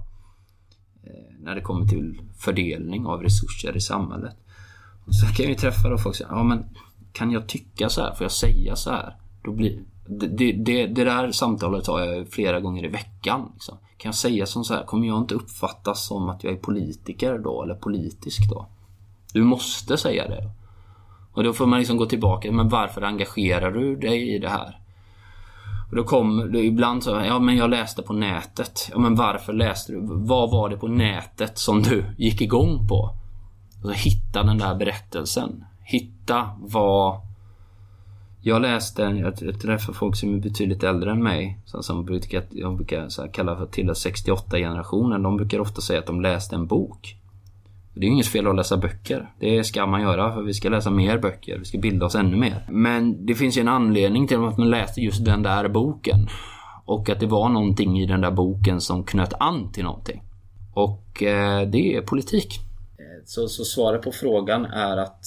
när det kommer till fördelning av resurser i samhället. Och så kan jag ju träffa då folk och säga, ja men kan jag tycka så här, får jag säga så här? Då blir det där samtalet tar jag flera gånger i veckan liksom. Kan jag säga som så här, kommer jag inte uppfattas som att jag är politiker då eller politisk då? Du måste säga det. Och då får man liksom gå tillbaka, men varför engagerar du dig i det här? Och då kommer ibland så, ja men jag läste på nätet. Ja men varför läste du? Vad var det på nätet som du gick igång på? Och så hitta den där berättelsen. Hitta vad... Jag läste, jag träffar folk som är betydligt äldre än mig. Som jag brukar så här kalla för till 68-generationen. De brukar ofta säga att de läste en bok. Det är inget fel att läsa böcker. Det ska man göra, för vi ska läsa mer böcker. Vi ska bilda oss ännu mer. Men det finns ju en anledning till att man läste just den där boken. Och att det var någonting i den där boken som knöt an till någonting. Och det är politik. Så svaret på frågan är att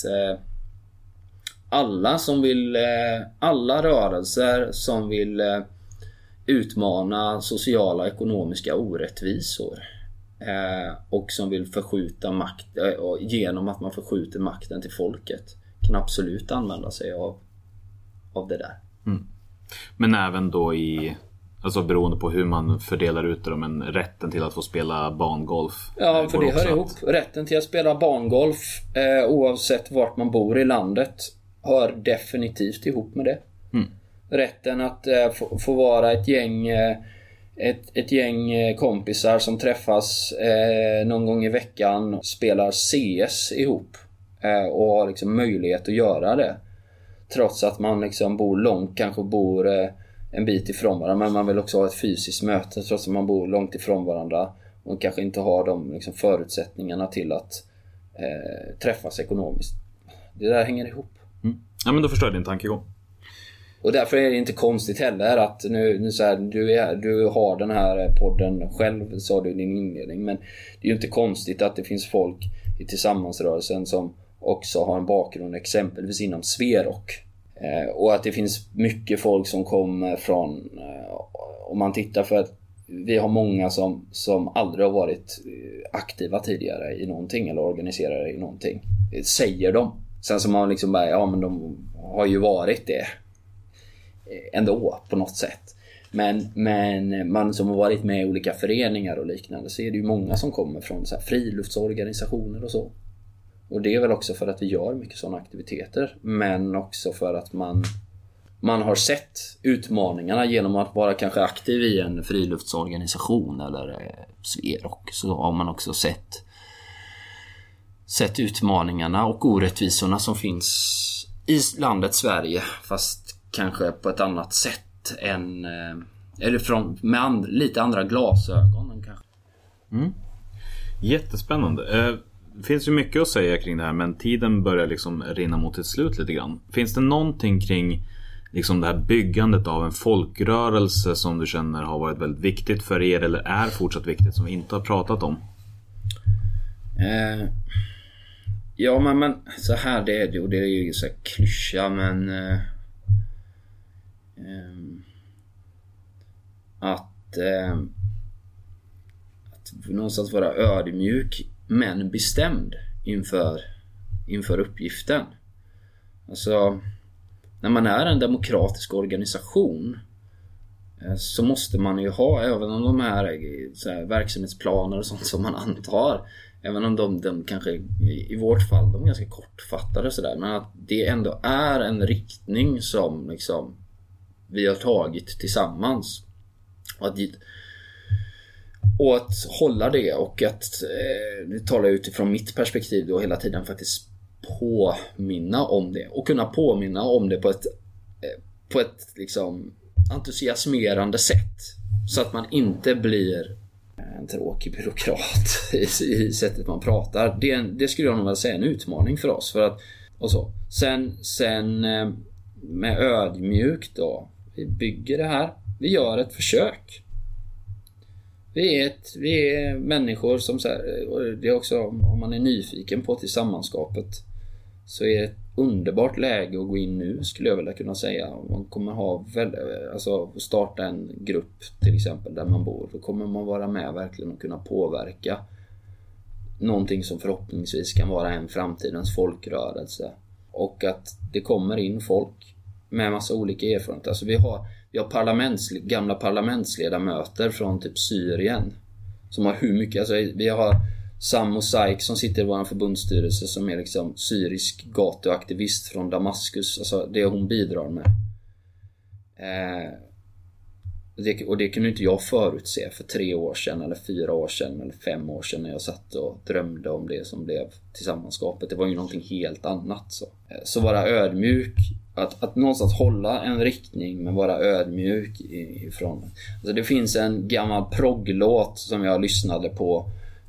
alla rörelser som vill utmana sociala och ekonomiska orättvisor och som vill förskjuta makt genom att man förskjuter makten till folket kan absolut använda sig av det där. Mm. Men även då alltså beroende på hur man fördelar ut det, men rätten till att få spela barngolf. Ja, för det hör ihop. Rätten till att spela barngolf oavsett vart man bor i landet hör definitivt ihop med det. Mm. Rätten att få vara ett gäng kompisar som träffas någon gång i veckan, spelar CS ihop och har liksom möjlighet att göra det trots att man liksom bor långt, kanske bor en bit ifrån varandra, men man vill också ha ett fysiskt möte trots att man bor långt ifrån varandra och kanske inte har de liksom förutsättningarna till att träffas ekonomiskt. Det där hänger ihop. Mm. Ja, men då förstår jag din tankegång. Och därför är det inte konstigt heller att nu så här, du har den här podden själv, sa du i din inledning, men det är ju inte konstigt att det finns folk i Tillsammansrörelsen som också har en bakgrund exempelvis inom Sverok. Och att det finns mycket folk som kommer från, om man tittar, för att vi har många som aldrig har varit aktiva tidigare i någonting eller organiserade i någonting, säger de. Sen som man liksom bara, ja men de har ju varit det ändå på något sätt. Men man som har varit med i olika föreningar och liknande, så är det ju många som kommer från så här friluftsorganisationer och så. Och det är väl också för att vi gör mycket sådana aktiviteter, men också för att man har sett utmaningarna genom att vara kanske aktiv i en friluftsorganisation eller Sverok, så har man också sett utmaningarna och orättvisorna som finns i landet Sverige, fast kanske på ett annat sätt än eller med lite andra glasögon kanske. Mm. Jättespännande. Det finns ju mycket att säga kring det här, men tiden börjar liksom rinna mot ett slut lite grann. Finns det någonting kring liksom det här byggandet av en folkrörelse som du känner har varit väldigt viktigt för er, eller är fortsatt viktigt, som vi inte har pratat om? Ja, men så här, det är ju så här klyscha, men att någonstans vara ödmjuk men bestämd inför uppgiften. Alltså, när man är en demokratisk organisation så måste man ju ha, även om de här, så här verksamhetsplaner och sånt som man antar, även om de kanske i vårt fall de är ganska kortfattade och sådär, men att det ändå är en riktning som liksom vi har tagit tillsammans, och att hålla det, och att nu talar jag utifrån mitt perspektiv då, hela tiden faktiskt påminna om det, och kunna påminna om det på ett liksom entusiasmerande sätt, så att man inte blir en tråkig byråkrat i sättet man pratar. Det skulle jag nog väl säga en utmaning för oss, för att, och så. Sen med ödmjukt då, vi bygger det här, vi gör ett försök. Vi är människor som så här, och det är också, om man är nyfiken på tillsammanskapet, så är det ett underbart läge att gå in nu, skulle jag väl kunna säga. Om man kommer starta en grupp till exempel där man bor, då kommer man vara med verkligen och kunna påverka någonting som förhoppningsvis kan vara en framtidens folkrörelse. Och att det kommer in folk med massa olika erfarenheter. Alltså vi har gamla parlamentsledamöter från typ Syrien som har hur mycket, alltså vi har Sam Mosaic som sitter i vår förbundsstyrelse, som är liksom syrisk gatuaktivist från Damaskus. Alltså det hon bidrar med. Och det kunde inte jag förutse för 3 år sedan eller 4 år sedan eller 5 år sedan, när jag satt och drömde om det som blev tillsammanskapet. Det var ju någonting helt annat. Så vara ödmjuk, att någonstans hålla en riktning, men vara ödmjuk ifrån. Alltså det finns en gammal progglåt som jag lyssnade på.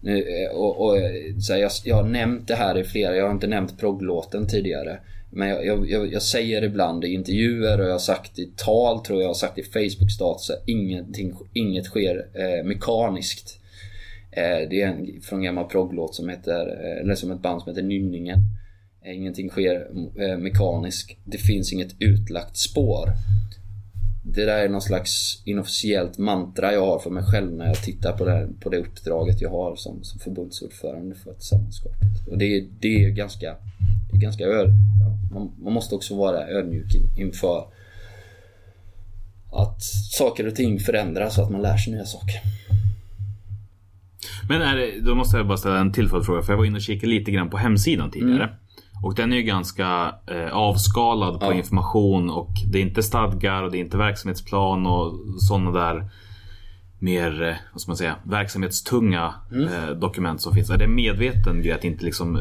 Jag har nämnt det här i flera, jag har inte nämnt progglåten tidigare, men jag säger ibland i intervjuer, och jag har sagt i tal, tror jag har sagt i Facebook-status, inget sker mekaniskt. Det är från en gammal progglåt som heter, eller som ett band som heter Nynningen. Ingenting sker mekaniskt, det finns inget utlagt spår. Det där är någon slags inofficiellt mantra jag har för mig själv när jag tittar på det uppdraget jag har som förbundsordförande för tillsammanskapet. Och det är ganska man måste också vara ödmjuk inför att saker och ting förändras, så att man lär sig nya saker. Men då måste jag bara ställa en tillfällig, för jag var inne och kikade lite grann på hemsidan tidigare. Och den är ju ganska avskalad på information, och det är inte stadgar och det är inte verksamhetsplan och sådana där mer, vad ska man säga, verksamhetstunga dokument som finns. Är det medveten grej att inte liksom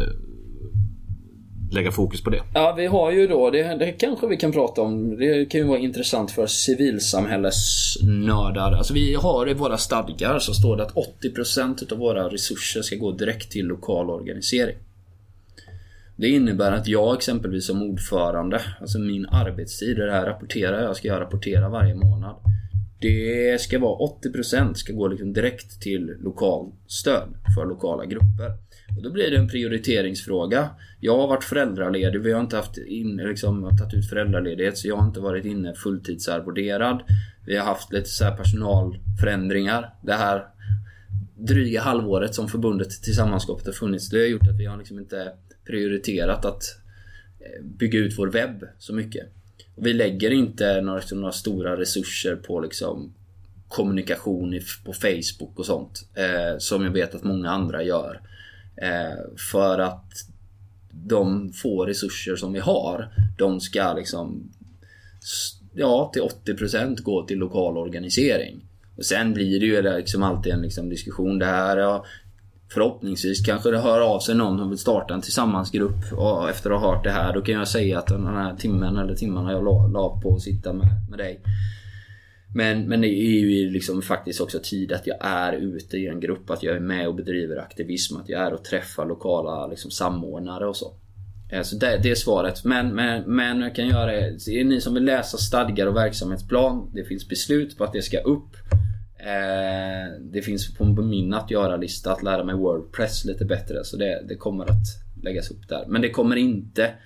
lägga fokus på det? Ja, vi har ju då, det kanske vi kan prata om. Det kan ju vara intressant för civilsamhällesnördar. Alltså vi har i våra stadgar så står det att 80% av våra resurser ska gå direkt till lokal organisering. Det innebär att jag exempelvis som ordförande, alltså min arbetstid, det här jag ska rapportera varje månad. Det ska vara 80% ska gå liksom direkt till lokal stöd för lokala grupper. Och då blir det en prioriteringsfråga. Jag har varit föräldraledig, vi har inte tagit ut föräldraledighet, så jag har inte varit inne fulltidsarvoderad. Vi har haft lite så här personalförändringar. Det här dryga halvåret som förbundet tillsammanskapet har funnits, det har gjort att vi har liksom inte prioriterat att bygga ut vår webb så mycket. Och vi lägger inte några stora resurser på liksom kommunikation på Facebook och sånt, som jag vet att många andra gör, för att de få resurser som vi har, de ska liksom till 80% gå till lokal organisering. Och sen blir det ju liksom alltid en liksom diskussion. Det här, förhoppningsvis kanske det hör av sig någon som vill starta en tillsammansgrupp, och efter att ha hört det här, då kan jag säga att den här timmarna jag la på att sitta med dig. Men det är ju liksom faktiskt också tid att jag är ute i en grupp, att jag är med och bedriver aktivism, att jag är och träffar lokala liksom samordnare och så. Så det är svaret. Men jag kan göra det. Är ni som vill läsa stadgar och verksamhetsplan, det finns beslut på att det ska upp. Det finns på min att göra-lista att lära mig WordPress lite bättre, så det kommer att läggas upp där. Men det kommer inte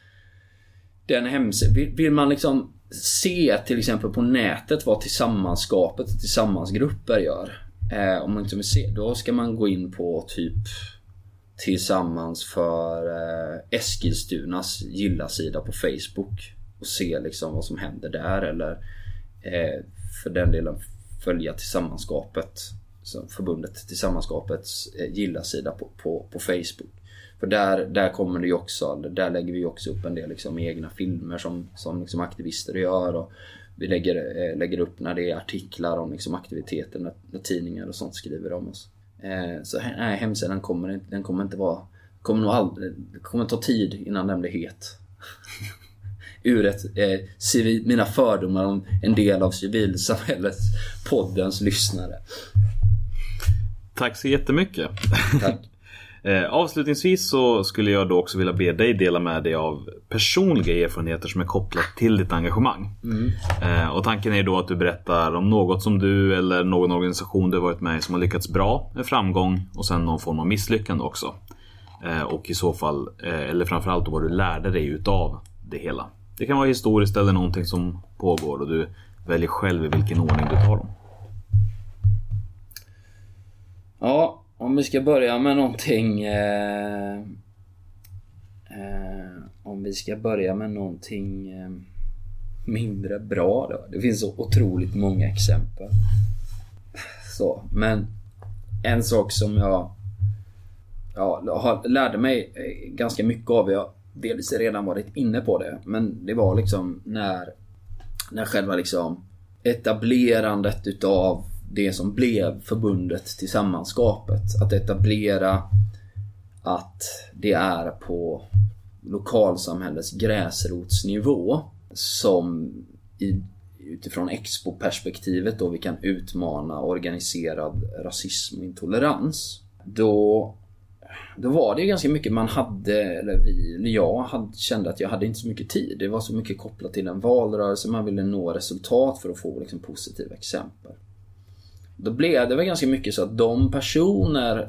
den hemsidan. Vill man liksom se till exempel på nätet vad tillsammanskapet och tillsammansgrupper gör, om man inte vill se, då ska man gå in på typ Tillsammans för Eskilstunas gilla-sida på Facebook. och se liksom vad som händer där, eller för den delen följa Tillsammanskapet, förbundet Tillsammanskapets gilla-sida på Facebook. För där kommer det ju också, där lägger vi också upp en del liksom egna filmer som liksom aktivister gör, och vi lägger upp när det är artiklar om liksom aktiviteter, när tidningar och sånt skriver om oss. Så nej, hemsidan kommer inte vara, det kommer ta tid innan den blir het. Ur mina fördomar om en del av civilsamhällets poddens lyssnare. Tack så jättemycket. Tack. Avslutningsvis så skulle jag då också vilja be dig dela med dig av personliga erfarenheter som är kopplat till ditt engagemang. Och tanken är då att du berättar om något som du eller någon organisation du har varit med i som har lyckats bra, med framgång, och sen någon form av misslyckande också. Och i så fall, eller framförallt vad du lärde dig utav det hela. Det kan vara historiskt eller någonting som pågår och du väljer själv i vilken ordning du tar dem. Ja, om vi ska börja med någonting mindre bra då. Det finns så otroligt många exempel. Så, men en sak som jag lärde mig ganska mycket av, jag delvis redan varit inne på det, men det var liksom när själva liksom etablerandet utav det som blev förbundet Tillsammanskapet, att etablera att det är på lokalsamhällets gräsrotsnivå som utifrån Expo-perspektivet då vi kan utmana organiserad rasism och intolerans. Då var det ganska mycket man hade, jag kände att jag hade inte så mycket tid. Det var så mycket kopplat till en valrörelse, man ville nå resultat för att få liksom positiva exempel. Då blev det väl ganska mycket så att de personer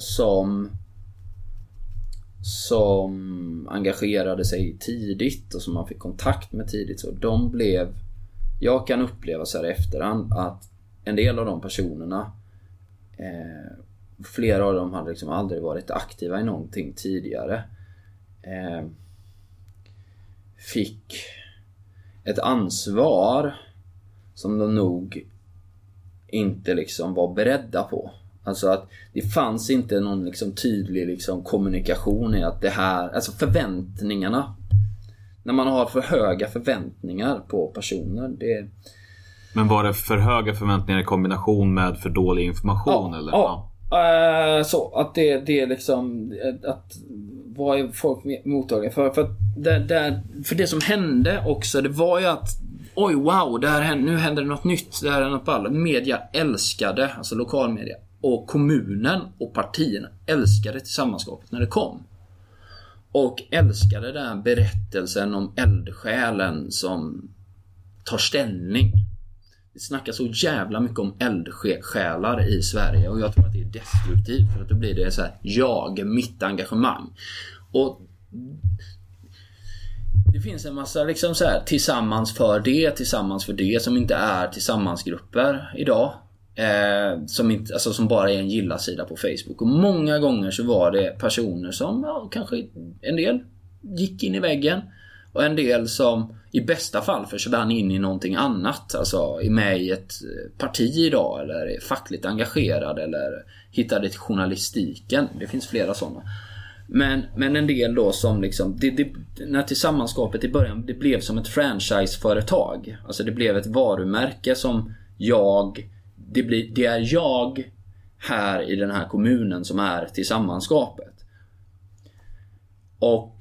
som engagerade sig tidigt och som man fick kontakt med tidigt, så jag kan uppleva så här i efterhand att en del av de personerna, flera av dem hade liksom aldrig varit aktiva i någonting tidigare, fick ett ansvar som de nog inte liksom var beredda på. Alltså att det fanns inte någon liksom tydlig liksom kommunikation i att det här, alltså förväntningarna, när man har för höga förväntningar på personer, det... Men var det för höga förväntningar i kombination med för dålig information? Ja, eller? Ja. Så att det är liksom att vad är folk mottagare för det som hände också, det var ju att oj wow, nu händer det något nytt, det här är något på alla. Media älskade, alltså lokalmedia och kommunen och partierna älskade Tillsammanskapet när det kom. Och älskade den här berättelsen om eldsjälen som tar ställning. Det snackas så jävla mycket om eldsjälar i Sverige, och jag tror att det är destruktivt, för att då blir det så här mitt engagemang. Och det finns en massa liksom så här tillsammans för det som inte är tillsammansgrupper idag, som bara är en gilla-sida på Facebook. Och många gånger så var det personer som kanske en del gick in i väggen, och en del som i bästa fall försvann in i någonting annat, alltså är med i ett parti idag, eller är fackligt engagerad, eller hittade till journalistiken. Det finns flera sådana. Men en del då som liksom när Tillsammanskapet i början, det blev som ett franchiseföretag. Alltså det blev ett varumärke som det är jag här i den här kommunen som är Tillsammanskapet. Och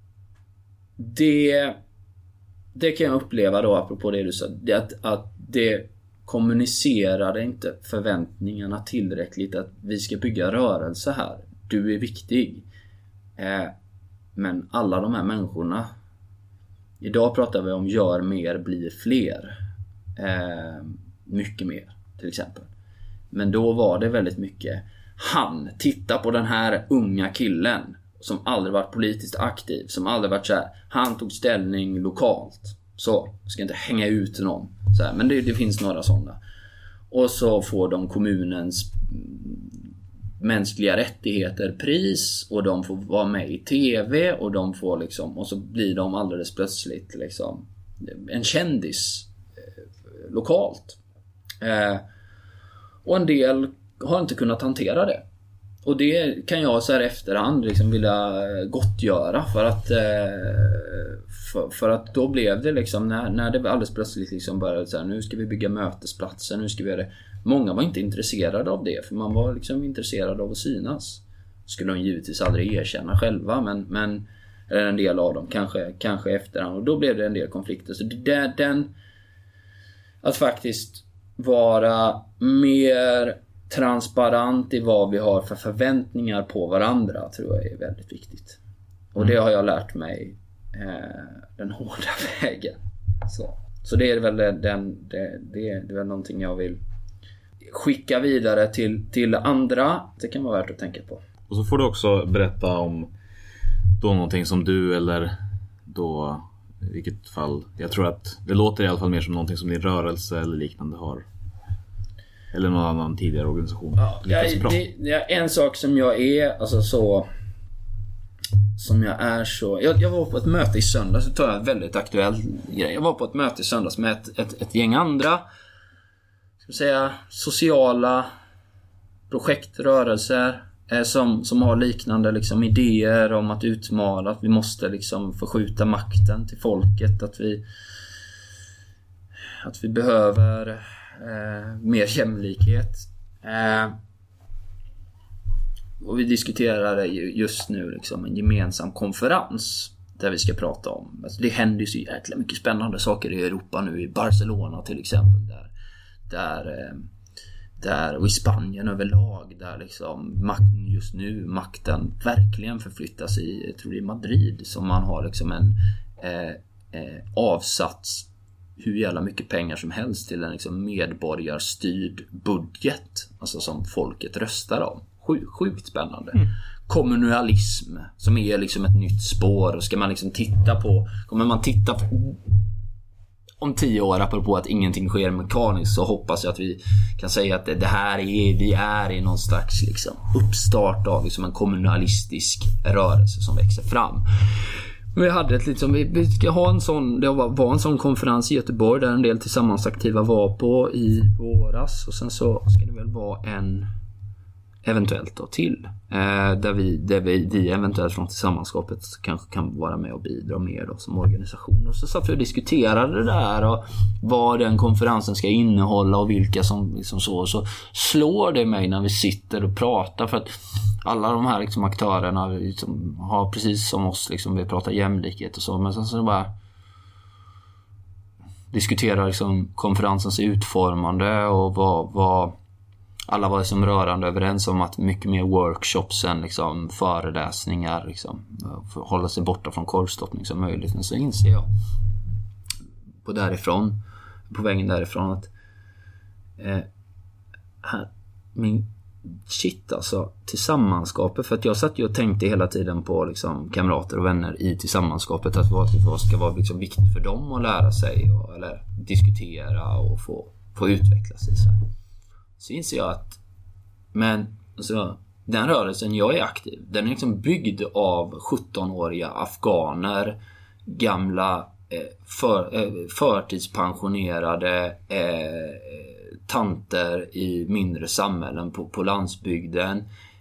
det kan jag uppleva då, apropå det du sa, att det kommunicerade inte förväntningarna tillräckligt, att vi ska bygga rörelse här, du är viktig. Men alla de här människorna, idag pratar vi om gör mer, blir fler, mycket mer till exempel. Men då var det väldigt mycket titta på den här unga killen som aldrig varit politiskt aktiv, som aldrig varit så här, han tog ställning lokalt, så ska inte hänga ut någon så här. Men det finns några sådana. Och så får de kommunens mänskliga rättigheter pris, och de får vara med i tv, och de får liksom, och så blir de alldeles plötsligt liksom en kändis lokalt. Och en del har inte kunnat hantera det. Och det kan jag så här efterhand liksom vilja gottgöra för att då blev det liksom när det alldeles plötsligt liksom började så här, nu ska vi bygga mötesplatser, nu ska vi göra det. Många var inte intresserade av det, för man var liksom intresserad av att synas. Skulle de givetvis aldrig erkänna själva, men eller en del av dem kanske efterhand, och då blev det en del konflikter. Så att faktiskt vara mer transparent i vad vi har för förväntningar på varandra tror jag är väldigt viktigt. Och det har jag lärt mig den hårda vägen. Så det är väl det är väl någonting jag vill skicka vidare till andra. Det kan vara värt att tänka på. Och så får du också berätta om då någonting som du eller då i vilket fall, jag tror att det låter i alla fall mer som någonting som din rörelse eller liknande har, eller någon annan tidigare organisation. Ja, det är en sak som jag är, alltså så som jag är så. Jag var på ett möte i söndags, så tar jag en väldigt aktuell grej. Jag var på ett möte i söndags med ett gäng andra, ska säga, sociala projektrörelser som har liknande liksom idéer om att utmana, att vi måste liksom förskjuta makten till folket, att vi behöver mer jämlikhet. Och vi diskuterar just nu liksom en gemensam konferens där vi ska prata om, alltså det händer ju så jäkla mycket spännande saker i Europa nu, i Barcelona till exempel, där och i Spanien överlag, där liksom makten verkligen förflyttas i, jag tror det är Madrid, som man har liksom en avsats hur jävla mycket pengar som helst till en liksom medborgarstyrd budget, alltså som folket röstar om. Sjukt spännande. Kommunalism som är liksom ett nytt spår, och ska man liksom kommer man titta på om 10 år, apropå att ingenting sker mekaniskt, så hoppas jag att vi kan säga att vi är i någon slags liksom uppstart av liksom en kommunalistisk rörelse som växer fram. Vi hade vi ska ha en sån, det var en sån konferens i Göteborg där en del tillsammansaktiva var på i våras, och sen så ska det väl vara en eventuellt då till där vi eventuellt från tillsammanskapet kanske kan vara med och bidra mer då som organisation. Och så satt vi och diskuterade det där och vad den konferensen ska innehålla och vilka som liksom så slår det mig när vi sitter och pratar, för att alla de här liksom aktörerna liksom har precis som oss liksom, vi pratar jämlikhet och så, men sen så bara diskuterar liksom konferensens utformande och vad alla var liksom rörande överens om att mycket mer workshops än liksom föreläsningar, liksom, för att hålla sig borta från korvstoppning som möjligt. Men så inser jag på vägen därifrån att alltså tillsammanskapet, för att jag satt ju och tänkte hela tiden på liksom kamrater och vänner i tillsammanskapet, att vad ska vara liksom viktigt för dem att lära sig eller diskutera och få utveckla sig så inser jag att den rörelsen jag är aktiv, den är liksom byggd av 17-åriga afghaner, gamla förtidspensionerade tanter i mindre samhällen på landsbygden,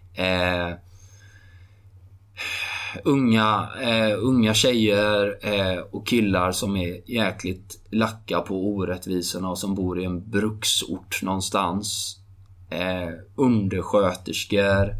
unga tjejer och killar som är jäkligt lacka på orättvisorna och som bor i en bruksort någonstans, undersköterskor,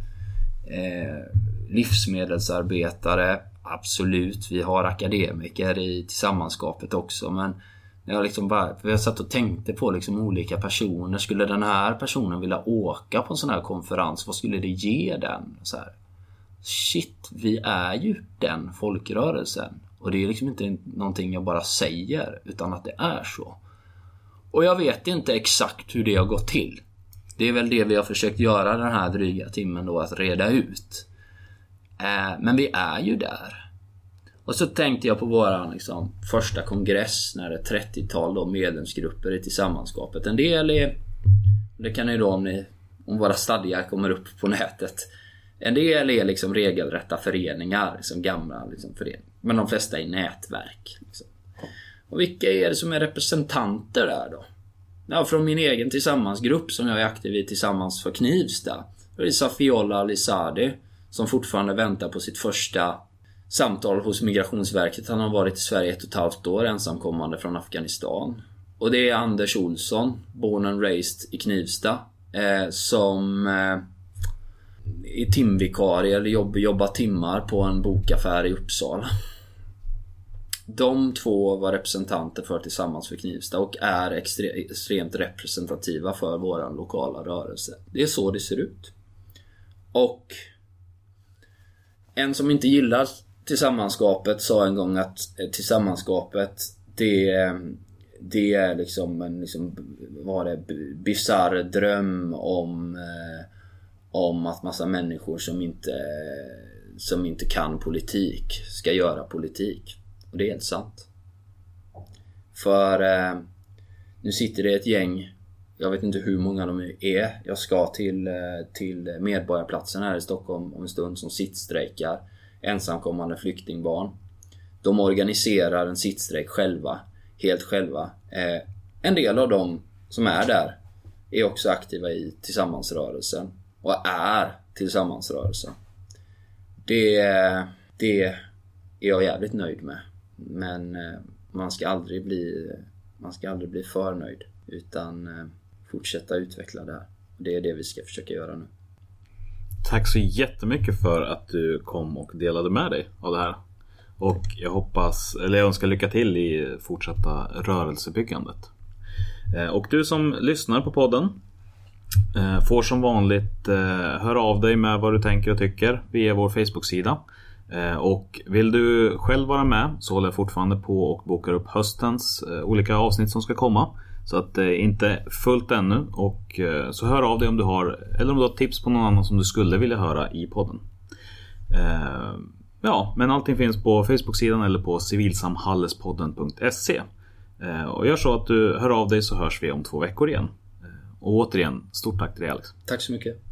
livsmedelsarbetare, absolut, vi har akademiker i tillsammanskapet också, men jag liksom jag satt och tänkte på liksom olika personer. Skulle den här personen vilja åka på en sån här konferens, vad skulle det ge den? Så här. Shit, vi är ju den folkrörelsen. Och det är liksom inte någonting jag bara säger, utan att det är så. Och jag vet inte exakt hur det har gått till. Det är väl det vi har försökt göra den här dryga timmen då, att reda ut. Men vi är ju där. Och så tänkte jag på våran liksom första kongress när det är 30-tal då medlemsgrupper i tillsammanskapet. En del är, det kan ni då om våra stadgar kommer upp på nätet. En del är liksom regelrätta föreningar, liksom gamla liksom föreningar, men de flesta är nätverk liksom. Och vilka är det som är representanter där då? Ja, från min egen tillsammansgrupp som jag är aktiv i tillsammans för Knivsta. Det är Safiola Alizadeh som fortfarande väntar på sitt första samtal hos Migrationsverket. Han har varit i Sverige 1,5 år ensamkommande från Afghanistan. Och det är Anders Olsson, born and raised i Knivsta, som är timvikarie eller jobbar timmar på en bokaffär i Uppsala. De två var representanter för Tillsammans för Knivsta och är extremt representativa för vår lokala rörelse. Det är så det ser ut. Och en som inte gillar tillsammanskapet sa en gång att tillsammanskapet det är liksom en bizarr dröm om att massa människor som inte kan politik ska göra politik. Och det är helt sant. För nu sitter det ett gäng, jag vet inte hur många de är. Jag ska till Medborgarplatsen här i Stockholm om en stund som sittstrejkar. Ensamkommande flyktingbarn. De organiserar en sittstrejk själva. Helt själva. En del av dem som är där är också aktiva i tillsammansrörelsen. Och är tillsammansrörelsen. Det är jag jävligt nöjd med. Men man ska aldrig bli för nöjd. Utan fortsätta utveckla det här. Det är det vi ska försöka göra nu. Tack så jättemycket för att du kom och delade med dig av det här. Och jag önskar lycka till i fortsatta rörelsebyggandet. Och du som lyssnar på podden får som vanligt höra av dig med vad du tänker och tycker via vår Facebook-sida. Och vill du själv vara med så håller jag fortfarande på och bokar upp höstens olika avsnitt som ska komma. Så att det inte är fullt ännu. Och så hör av dig om du har tips på någon annan som du skulle vilja höra i podden. Ja, men allting finns på Facebook-sidan eller på civilsamhallespodden.se. Och gör så att du hör av dig så hörs vi om 2 veckor igen. Och återigen, stort tack till dig Alex. Tack så mycket.